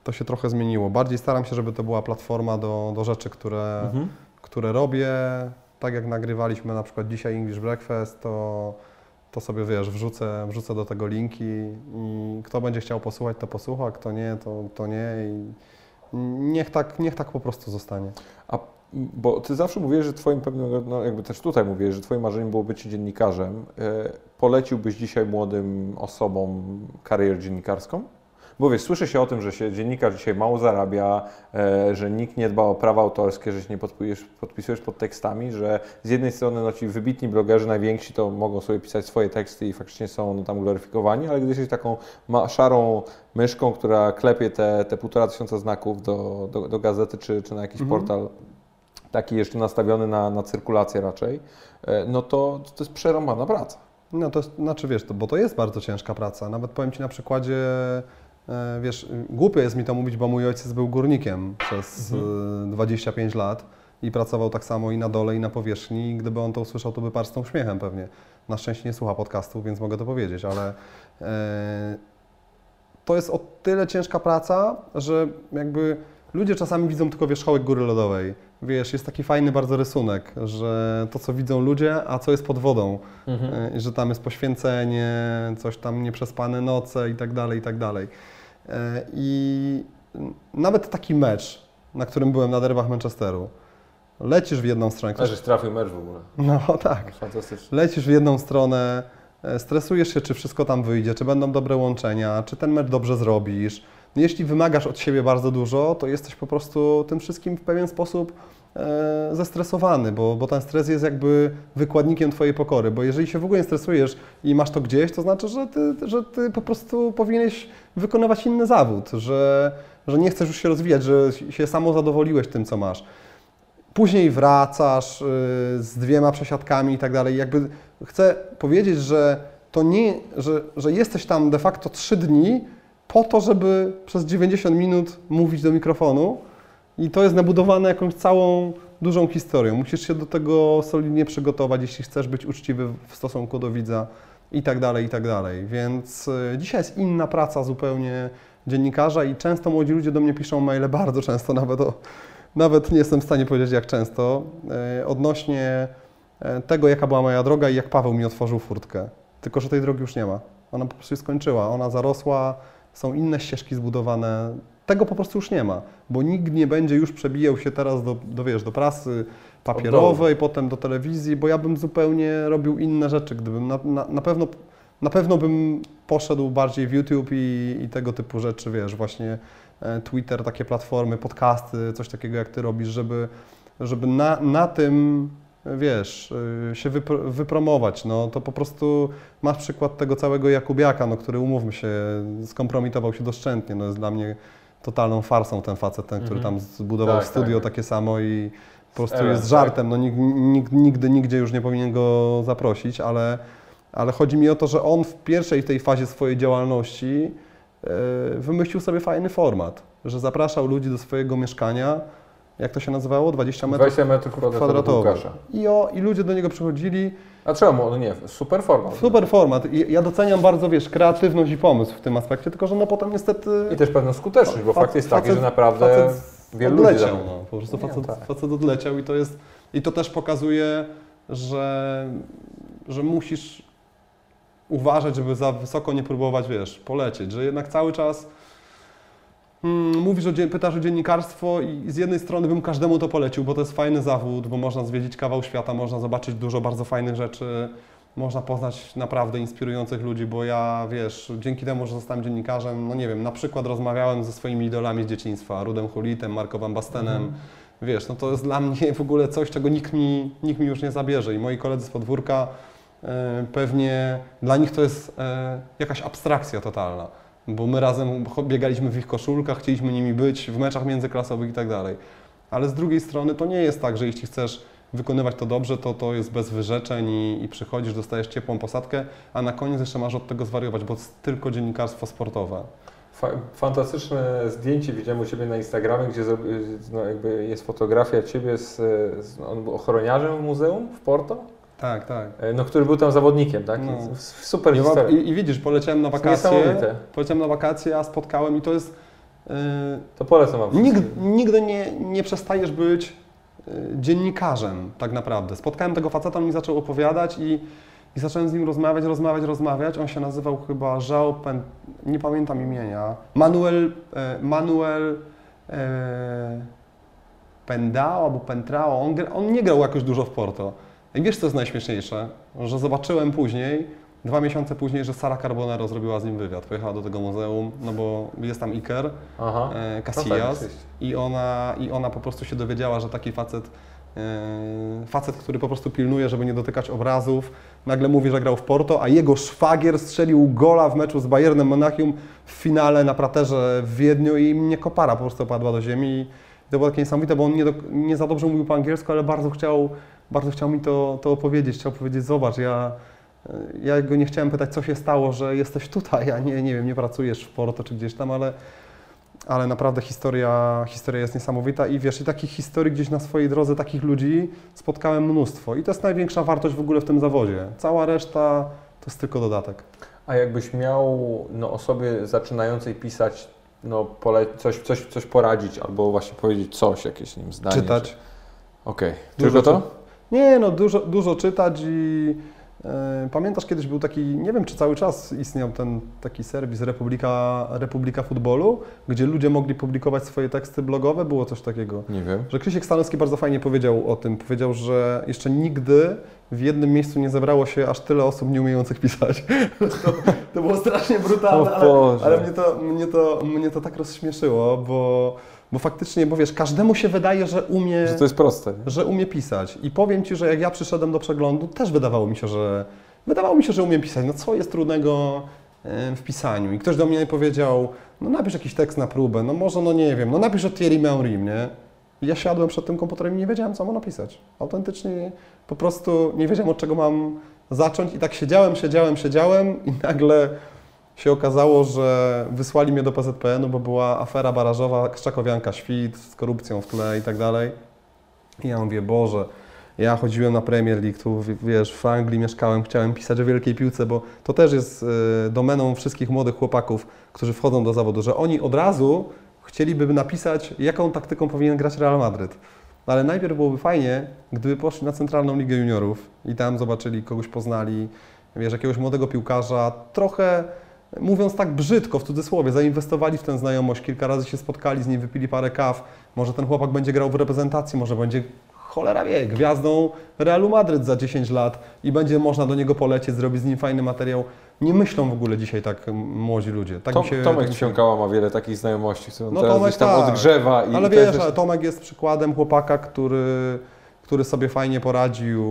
to się trochę zmieniło. Bardziej staram się, żeby to była platforma do, do rzeczy, które, Mhm. które robię. Tak jak nagrywaliśmy na przykład dzisiaj English Breakfast, to, to sobie wiesz, wrzucę, wrzucę do tego linki i kto będzie chciał posłuchać, to posłucha, kto nie, to, to nie i niech tak, niech tak po prostu zostanie. A bo ty zawsze mówisz, że twoim pewnym, no jakby też tutaj mówisz, że twoim marzeniem było bycie dziennikarzem. E, poleciłbyś dzisiaj młodym osobom karierę dziennikarską? Bo wiesz, słyszy się o tym, że się dziennikarz dzisiaj mało zarabia, e, że nikt nie dba o prawa autorskie, że się nie podpisujesz, podpisujesz pod tekstami, że z jednej strony no, ci wybitni blogerzy najwięksi to mogą sobie pisać swoje teksty i faktycznie są no, tam gloryfikowani, ale gdy jesteś taką ma, szarą myszką, która klepie te, te półtora tysiąca znaków do, do, do gazety czy, czy na jakiś Mhm. portal, taki jeszcze nastawiony na, na cyrkulację raczej, e, no to, to jest przerąbana praca. No to jest- znaczy wiesz, to, bo to jest bardzo ciężka praca. Nawet powiem Ci na przykładzie, e, wiesz, głupio jest mi to mówić, bo mój ojciec był górnikiem przez e, dwadzieścia pięć lat i pracował tak samo i na dole, i na powierzchni. I gdyby on to usłyszał, to by parsknął śmiechem pewnie. Na szczęście nie słucha podcastów, więc mogę to powiedzieć, ale e, to jest o tyle ciężka praca, że jakby ludzie czasami widzą tylko wierzchołek góry lodowej. Wiesz, jest taki fajny bardzo rysunek, że to, co widzą ludzie, a co jest pod wodą. Mhm. Y, że tam jest poświęcenie, coś tam nieprzespane noce i tak dalej, i tak dalej. Y, I nawet taki mecz, na którym byłem na derbach Manchesteru, lecisz w jedną stronę, A ktoś... żeś trafił mecz w ogóle. No tak, Fantastycznie. lecisz w jedną stronę, e, stresujesz się, czy wszystko tam wyjdzie, czy będą dobre łączenia, czy ten mecz dobrze zrobisz. Jeśli wymagasz od siebie bardzo dużo, to jesteś po prostu tym wszystkim w pewien sposób e, zestresowany, bo, bo ten stres jest jakby wykładnikiem Twojej pokory, bo jeżeli się w ogóle nie stresujesz i masz to gdzieś, to znaczy, że Ty, że ty po prostu powinieneś wykonywać inny zawód, że, że nie chcesz już się rozwijać, że się samo zadowoliłeś tym, co masz. Później wracasz y, z dwiema przesiadkami i tak dalej. Jakby chcę powiedzieć, że to nie, że, że jesteś tam de facto trzy dni po to, żeby przez dziewięćdziesiąt minut mówić do mikrofonu i to jest nabudowane jakąś całą dużą historią. Musisz się do tego solidnie przygotować, jeśli chcesz być uczciwy w stosunku do widza i tak dalej, i tak dalej. Więc y, dzisiaj jest inna praca zupełnie dziennikarza i często młodzi ludzie do mnie piszą maile, bardzo często nawet o Nawet nie jestem w stanie powiedzieć, jak często, e, odnośnie e, tego, jaka była moja droga i jak Paweł mi otworzył furtkę. Tylko że tej drogi już nie ma. Ona po prostu się skończyła, ona zarosła, są inne ścieżki zbudowane. Tego po prostu już nie ma, bo nikt nie będzie już przebijał się teraz do, do, wiesz, do prasy papierowej, potem do telewizji, bo ja bym zupełnie robił inne rzeczy, gdybym na, na, na pewno na pewno bym poszedł bardziej w YouTube i, i tego typu rzeczy, wiesz, właśnie e, Twitter, takie platformy, podcasty, coś takiego jak Ty robisz, żeby, żeby na, na tym, wiesz, y, się wypro, wypromować. No to po prostu masz przykład tego całego Jakubiaka, no, który, umówmy się, skompromitował się doszczętnie. No, jest dla mnie totalną farsą ten facet, ten, który Mhm. tam zbudował Tak, studio tak. takie samo i po prostu Ewent, jest żartem. No, nikt, nikt, nigdy, nigdzie już nie powinien go zaprosić, ale Ale chodzi mi o to, że on w pierwszej tej fazie swojej działalności e, wymyślił sobie fajny format, że zapraszał ludzi do swojego mieszkania, jak to się nazywało? dwadzieścia metrów dwadzieścia metrów kwadratowych kwadratowych. Łukasza. I, o, I ludzie do niego przychodzili. A czemu? No nie, super forma. Super format. I ja doceniam bardzo, wiesz, kreatywność i pomysł w tym aspekcie, tylko że no potem niestety... I też pewną skuteczność, bo Fa- fakt jest taki, facet- że naprawdę facet wielu ludzi... odleciał, tam- no, po prostu No, facet, tak. facet odleciał i to jest... I to też pokazuje, że, że musisz uważać, żeby za wysoko nie próbować, wiesz, polecieć, że jednak cały czas mm, mówisz o, dzie- pytasz o dziennikarstwo i z jednej strony bym każdemu to polecił, bo to jest fajny zawód, bo można zwiedzić kawał świata, można zobaczyć dużo bardzo fajnych rzeczy, można poznać naprawdę inspirujących ludzi, bo ja, wiesz, dzięki temu, że zostałem dziennikarzem, no nie wiem, na przykład rozmawiałem ze swoimi idolami z dzieciństwa, Rudem Hulitem, Marco Van Bastenem, Mhm. wiesz, no to jest dla mnie w ogóle coś, czego nikt mi, nikt mi już nie zabierze i moi koledzy z podwórka e, pewnie dla nich to jest e, jakaś abstrakcja totalna, bo my razem cho- biegaliśmy w ich koszulkach, chcieliśmy nimi być w meczach międzyklasowych i tak dalej. Ale z drugiej strony to nie jest tak, że jeśli chcesz wykonywać to dobrze, to to jest bez wyrzeczeń i, i przychodzisz, dostajesz ciepłą posadkę, a na koniec jeszcze masz od tego zwariować, bo to jest tylko dziennikarstwo sportowe. Fa- Fantastyczne zdjęcie widziałem u Ciebie na Instagramie, gdzie zro- no, jakby jest fotografia Ciebie z, z on był ochroniarzem w muzeum w Porto, Tak, tak. e, no, który był tam zawodnikiem, tak? No. I Super I, historia. i, I widzisz, poleciałem na wakacje, Niesamowite. poleciałem na wakacje, a spotkałem i to jest Yy, To polecam wam. nigdy, nigdy nie, nie przestajesz być yy, dziennikarzem tak naprawdę. Spotkałem tego faceta, on mi zaczął opowiadać i, i zacząłem z nim rozmawiać, rozmawiać, rozmawiać. On się nazywał chyba João Pen... nie pamiętam imienia. Manuel... E, Manuel... E, Pendao albo Pentrao. On, gra, on nie grał jakoś dużo w Porto. I wiesz, co jest najśmieszniejsze? Że zobaczyłem później, dwa miesiące później, że Sara Carbonero zrobiła z nim wywiad. Pojechała do tego muzeum, no bo jest tam Iker, Aha. e, No Casillas tak, i, ona, i ona po prostu się dowiedziała, że taki facet, e, facet, który po prostu pilnuje, żeby nie dotykać obrazów, nagle mówi, że grał w Porto, a jego szwagier strzelił gola w meczu z Bayernem Monachium w finale na praterze w Wiedniu i mnie kopara po prostu opadła do ziemi. I to było takie niesamowite, bo on nie, do, nie za dobrze mówił po angielsku, ale bardzo chciał, bardzo chciał mi to, to opowiedzieć. Chciał powiedzieć, zobacz, ja, ja go nie chciałem pytać, co się stało, że jesteś tutaj, a nie, nie wiem, nie pracujesz w Porto czy gdzieś tam, ale, ale naprawdę historia, historia jest niesamowita i wiesz, i takich historii gdzieś na swojej drodze, takich ludzi spotkałem mnóstwo i to jest największa wartość w ogóle w tym zawodzie. Cała reszta to jest tylko dodatek. A jakbyś miał no, osobie zaczynającej pisać, no, pole, coś, coś, coś poradzić albo właśnie powiedzieć coś, jakieś nim zdanie. Czytać. Że... Okej. Okay. Dużo Tylko to? Czy... Nie, no dużo, dużo czytać i e, pamiętasz kiedyś był taki, nie wiem czy cały czas istniał ten taki serwis Republika, Republika Futbolu, gdzie ludzie mogli publikować swoje teksty blogowe, było coś takiego. Nie wiem. Że Krzysiek Stanowski bardzo fajnie powiedział o tym, powiedział, że jeszcze nigdy w jednym miejscu nie zebrało się aż tyle osób nie umiejących pisać. To, to było strasznie brutalne, ale, ale mnie, to, mnie, to, mnie to tak rozśmieszyło, bo Bo faktycznie, bo wiesz, każdemu się wydaje, że umie, że to jest proste, nie? że umie pisać. I powiem Ci, że jak ja przyszedłem do przeglądu, też wydawało mi się, że wydawało mi się, że umiem pisać. No co jest trudnego w pisaniu? I ktoś do mnie powiedział, no napisz jakiś tekst na próbę, no może, no nie wiem, no napisz o Thierry Henry, nie? I ja siadłem przed tym komputerem i nie wiedziałem, co mam napisać. Autentycznie po prostu nie wiedziałem, od czego mam zacząć i tak siedziałem, siedziałem, siedziałem i nagle się okazało, że wysłali mnie do P Z P N u, bo była afera barażowa, Krzakowianka-Świt z korupcją w tle i tak dalej. I ja mówię, Boże, ja chodziłem na Premier League, tu wiesz, w Anglii mieszkałem, chciałem pisać o wielkiej piłce, bo to też jest y, domeną wszystkich młodych chłopaków, którzy wchodzą do zawodu, że oni od razu chcieliby napisać, jaką taktyką powinien grać Real Madryt. Ale najpierw byłoby fajnie, gdyby poszli na Centralną Ligę Juniorów i tam zobaczyli, kogoś poznali, wiesz, jakiegoś młodego piłkarza, trochę, mówiąc tak brzydko, w cudzysłowie, zainwestowali w tę znajomość, kilka razy się spotkali z nim, wypili parę kaw, może ten chłopak będzie grał w reprezentacji, może będzie, cholera wie, gwiazdą Realu Madryt za dziesięć lat i będzie można do niego polecieć, zrobić z nim fajny materiał. Nie myślą w ogóle dzisiaj tak młodzi ludzie. Tak Tom, mi się, Tomek tak Ciąkała ma wiele takich znajomości, które on no, teraz Tomek, gdzieś tam tak. odgrzewa. I ale i to wiesz, jest... ale Tomek jest przykładem chłopaka, który, który sobie fajnie poradził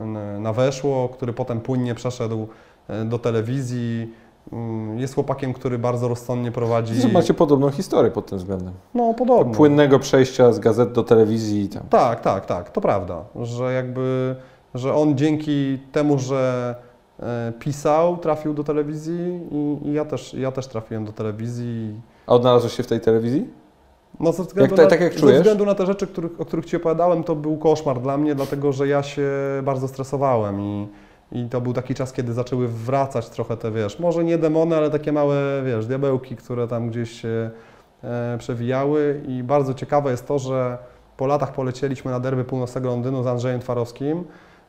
na weszło, który potem płynnie przeszedł do telewizji. Jest chłopakiem, który bardzo rozsądnie prowadzi. Że macie podobną historię pod tym względem. No, podobno. Płynnego przejścia z gazet do telewizji i tam. Tak, tak, tak, to prawda, że jakby, że on dzięki temu, że e, pisał, trafił do telewizji i, i ja, też, ja też trafiłem do telewizji. A odnalazłeś się w tej telewizji? No, ze względu, Jak to- na, tak jak ze czujesz? względu na te rzeczy, których, o których Ci opowiadałem, to był koszmar dla mnie, dlatego że ja się bardzo stresowałem i, i to był taki czas, kiedy zaczęły wracać trochę te, wiesz, może nie demony, ale takie małe, wiesz, diabełki, które tam gdzieś się e, przewijały i bardzo ciekawe jest to, że po latach polecieliśmy na derby północnego Londynu z Andrzejem Twarowskim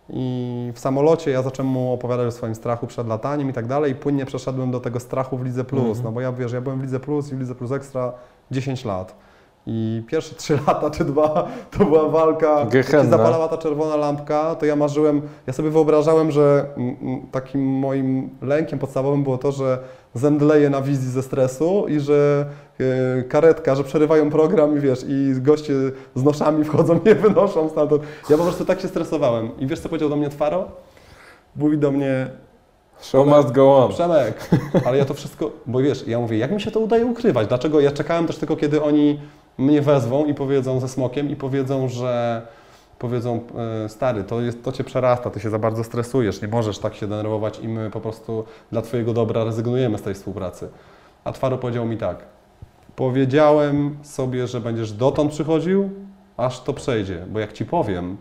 i w samolocie ja zacząłem mu opowiadać o swoim strachu przed lataniem i tak dalej i płynnie przeszedłem do tego strachu w Lidze Plus, Mhm. no bo ja, wiesz, ja byłem w Lidze Plus i w Lidze Plus Ekstra dziesięć lat. I pierwsze trzy lata czy dwa to była walka, jak się Gehenna. zapalała ta czerwona lampka, to ja marzyłem, ja sobie wyobrażałem, że mm, mm, takim moim lękiem podstawowym było to, że zemdleję na wizji ze stresu i że e, karetka, że przerywają program i wiesz, i goście z noszami wchodzą i je wynoszą stamtąd. Ja po prostu tak się stresowałem. I wiesz, co powiedział do mnie Twaro? Mówi do mnie, Show must go on. Przemek, ale ja to wszystko, bo wiesz, ja mówię, jak mi się to udaje ukrywać? Dlaczego? Ja czekałem też tylko, kiedy oni mnie wezwą i powiedzą ze smokiem i powiedzą, że powiedzą, e, stary, to, jest, to Cię przerasta, Ty się za bardzo stresujesz, nie możesz tak się denerwować i my po prostu dla Twojego dobra rezygnujemy z tej współpracy. A Twaro powiedział mi tak, powiedziałem sobie, że będziesz dotąd przychodził, aż to przejdzie, bo jak Ci powiem,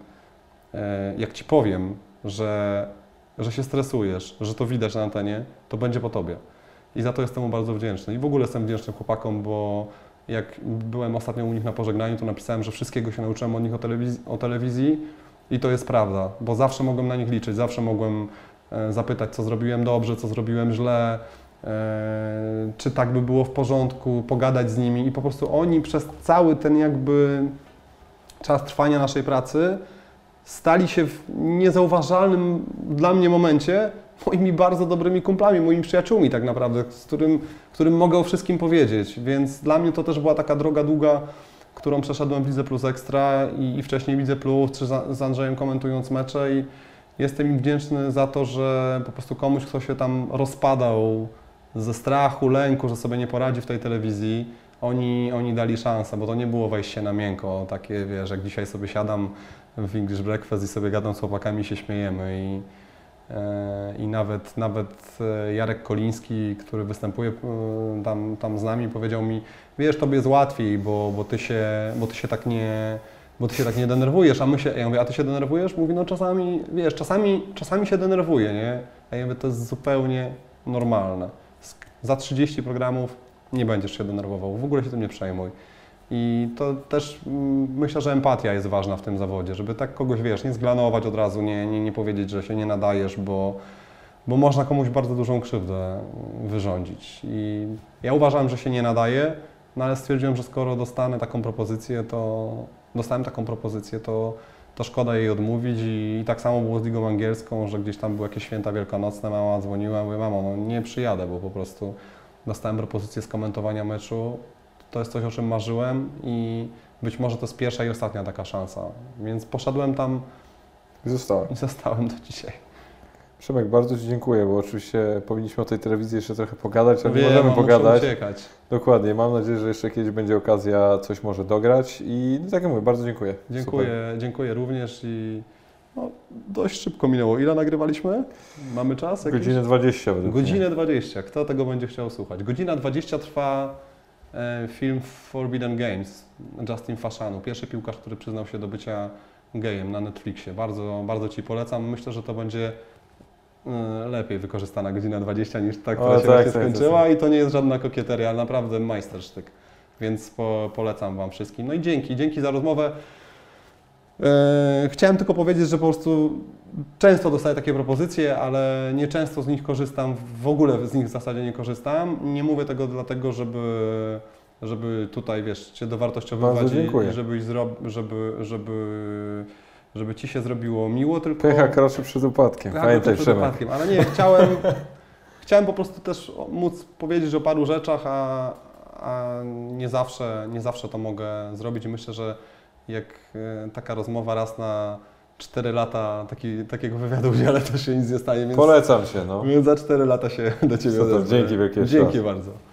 e, jak Ci powiem, że że się stresujesz, że to widać na antenie, to będzie po Tobie. I za to jestem mu bardzo wdzięczny. I w ogóle jestem wdzięczny chłopakom, bo jak byłem ostatnio u nich na pożegnaniu, to napisałem, że wszystkiego się nauczyłem od nich o telewizji, o telewizji i to jest prawda, bo zawsze mogłem na nich liczyć, zawsze mogłem e, zapytać, co zrobiłem dobrze, co zrobiłem źle, e, czy tak by było w porządku, pogadać z nimi i po prostu oni przez cały ten jakby czas trwania naszej pracy stali się w niezauważalnym dla mnie momencie moimi bardzo dobrymi kumplami, moimi przyjaciółmi tak naprawdę, z którym, którym mogę o wszystkim powiedzieć, więc dla mnie to też była taka droga długa, którą przeszedłem w Lidze Plus Ekstra i, i wcześniej w Lidze Plus, czy za, z Andrzejem komentując mecze i jestem im wdzięczny za to, że po prostu komuś, kto się tam rozpadał ze strachu, lęku, że sobie nie poradzi w tej telewizji, oni, oni dali szansę, bo to nie było wejście na miękko, takie wiesz, jak dzisiaj sobie siadam w English Breakfast i sobie gadam z chłopakami i się śmiejemy i, e, i nawet, nawet Jarek Koliński, który występuje e, tam, tam z nami, powiedział mi, wiesz, tobie jest łatwiej, bo, bo, ty się, bo ty się tak nie bo ty się tak nie denerwujesz, a my się, ja mówię, a ty się denerwujesz? Mówi, no czasami, wiesz, czasami, czasami się denerwuję, nie? A ja mówię, to jest zupełnie normalne. Za trzydzieści programów nie będziesz się denerwował, w ogóle się tym nie przejmuj. I to też mm, myślę, że empatia jest ważna w tym zawodzie, żeby tak kogoś, wiesz, nie zglanować od razu, nie, nie, nie powiedzieć, że się nie nadajesz, bo, bo można komuś bardzo dużą krzywdę wyrządzić. I ja uważałem, że się nie nadaje, no ale stwierdziłem, że skoro dostanę taką propozycję, to dostałem taką propozycję, to, to szkoda jej odmówić i, i tak samo było z Ligą Angielską, że gdzieś tam były jakieś święta wielkanocne, mama dzwoniła, mówię, mamo, no nie przyjadę, bo po prostu dostałem propozycję skomentowania meczu. To jest coś, o czym marzyłem i być może to jest pierwsza i ostatnia taka szansa. Więc poszedłem tam i zostałem. I zostałem do dzisiaj. Przemek, bardzo Ci dziękuję, bo oczywiście powinniśmy o tej telewizji jeszcze trochę pogadać, ale Wiem, możemy muszę pogadać. uciekać. Dokładnie, mam nadzieję, że jeszcze kiedyś będzie okazja coś może dograć i no, tak jak mówię, bardzo dziękuję. Dziękuję, Super. dziękuję również i no, dość szybko minęło. Ile nagrywaliśmy? Mamy czas? Jakiś? Godzinę dwadzieścia. Godzinę dwadzieścia. Kto tego będzie chciał słuchać? Godzina dwadzieścia trwa e, film Forbidden Games Justin Fashanu. Pierwszy piłkarz, który przyznał się do bycia gejem na Netflixie. Bardzo, bardzo Ci polecam. Myślę, że to będzie e, lepiej wykorzystana godzina dwadzieścia niż ta, która o, się tak, tak, tak, skończyła tak, tak. i to nie jest żadna kokieteria, ale naprawdę majstersztyk. Więc po, polecam Wam wszystkim. No i dzięki, dzięki za rozmowę. Chciałem tylko powiedzieć, że po prostu często dostaję takie propozycje, ale nie często z nich korzystam, w ogóle z nich w zasadzie nie korzystam. Nie mówię tego dlatego, żeby, żeby tutaj, wiesz, Cię dowartościowywać i, i żebyś zro, żeby, żeby, żeby Ci się zrobiło miło, tylko... Pycha kroczy przed upadkiem, pamiętaj, przed upadkiem. Ale nie, chciałem, chciałem po prostu też móc powiedzieć o paru rzeczach, a, a nie, zawsze, nie zawsze to mogę zrobić i myślę, że jak taka rozmowa raz na cztery lata taki, takiego wywiadu udzielę, to się nic nie stanie. Więc, polecam się, no. Więc za cztery lata się do Ciebie odezwę. Dzięki wielkie. Dzięki bardzo.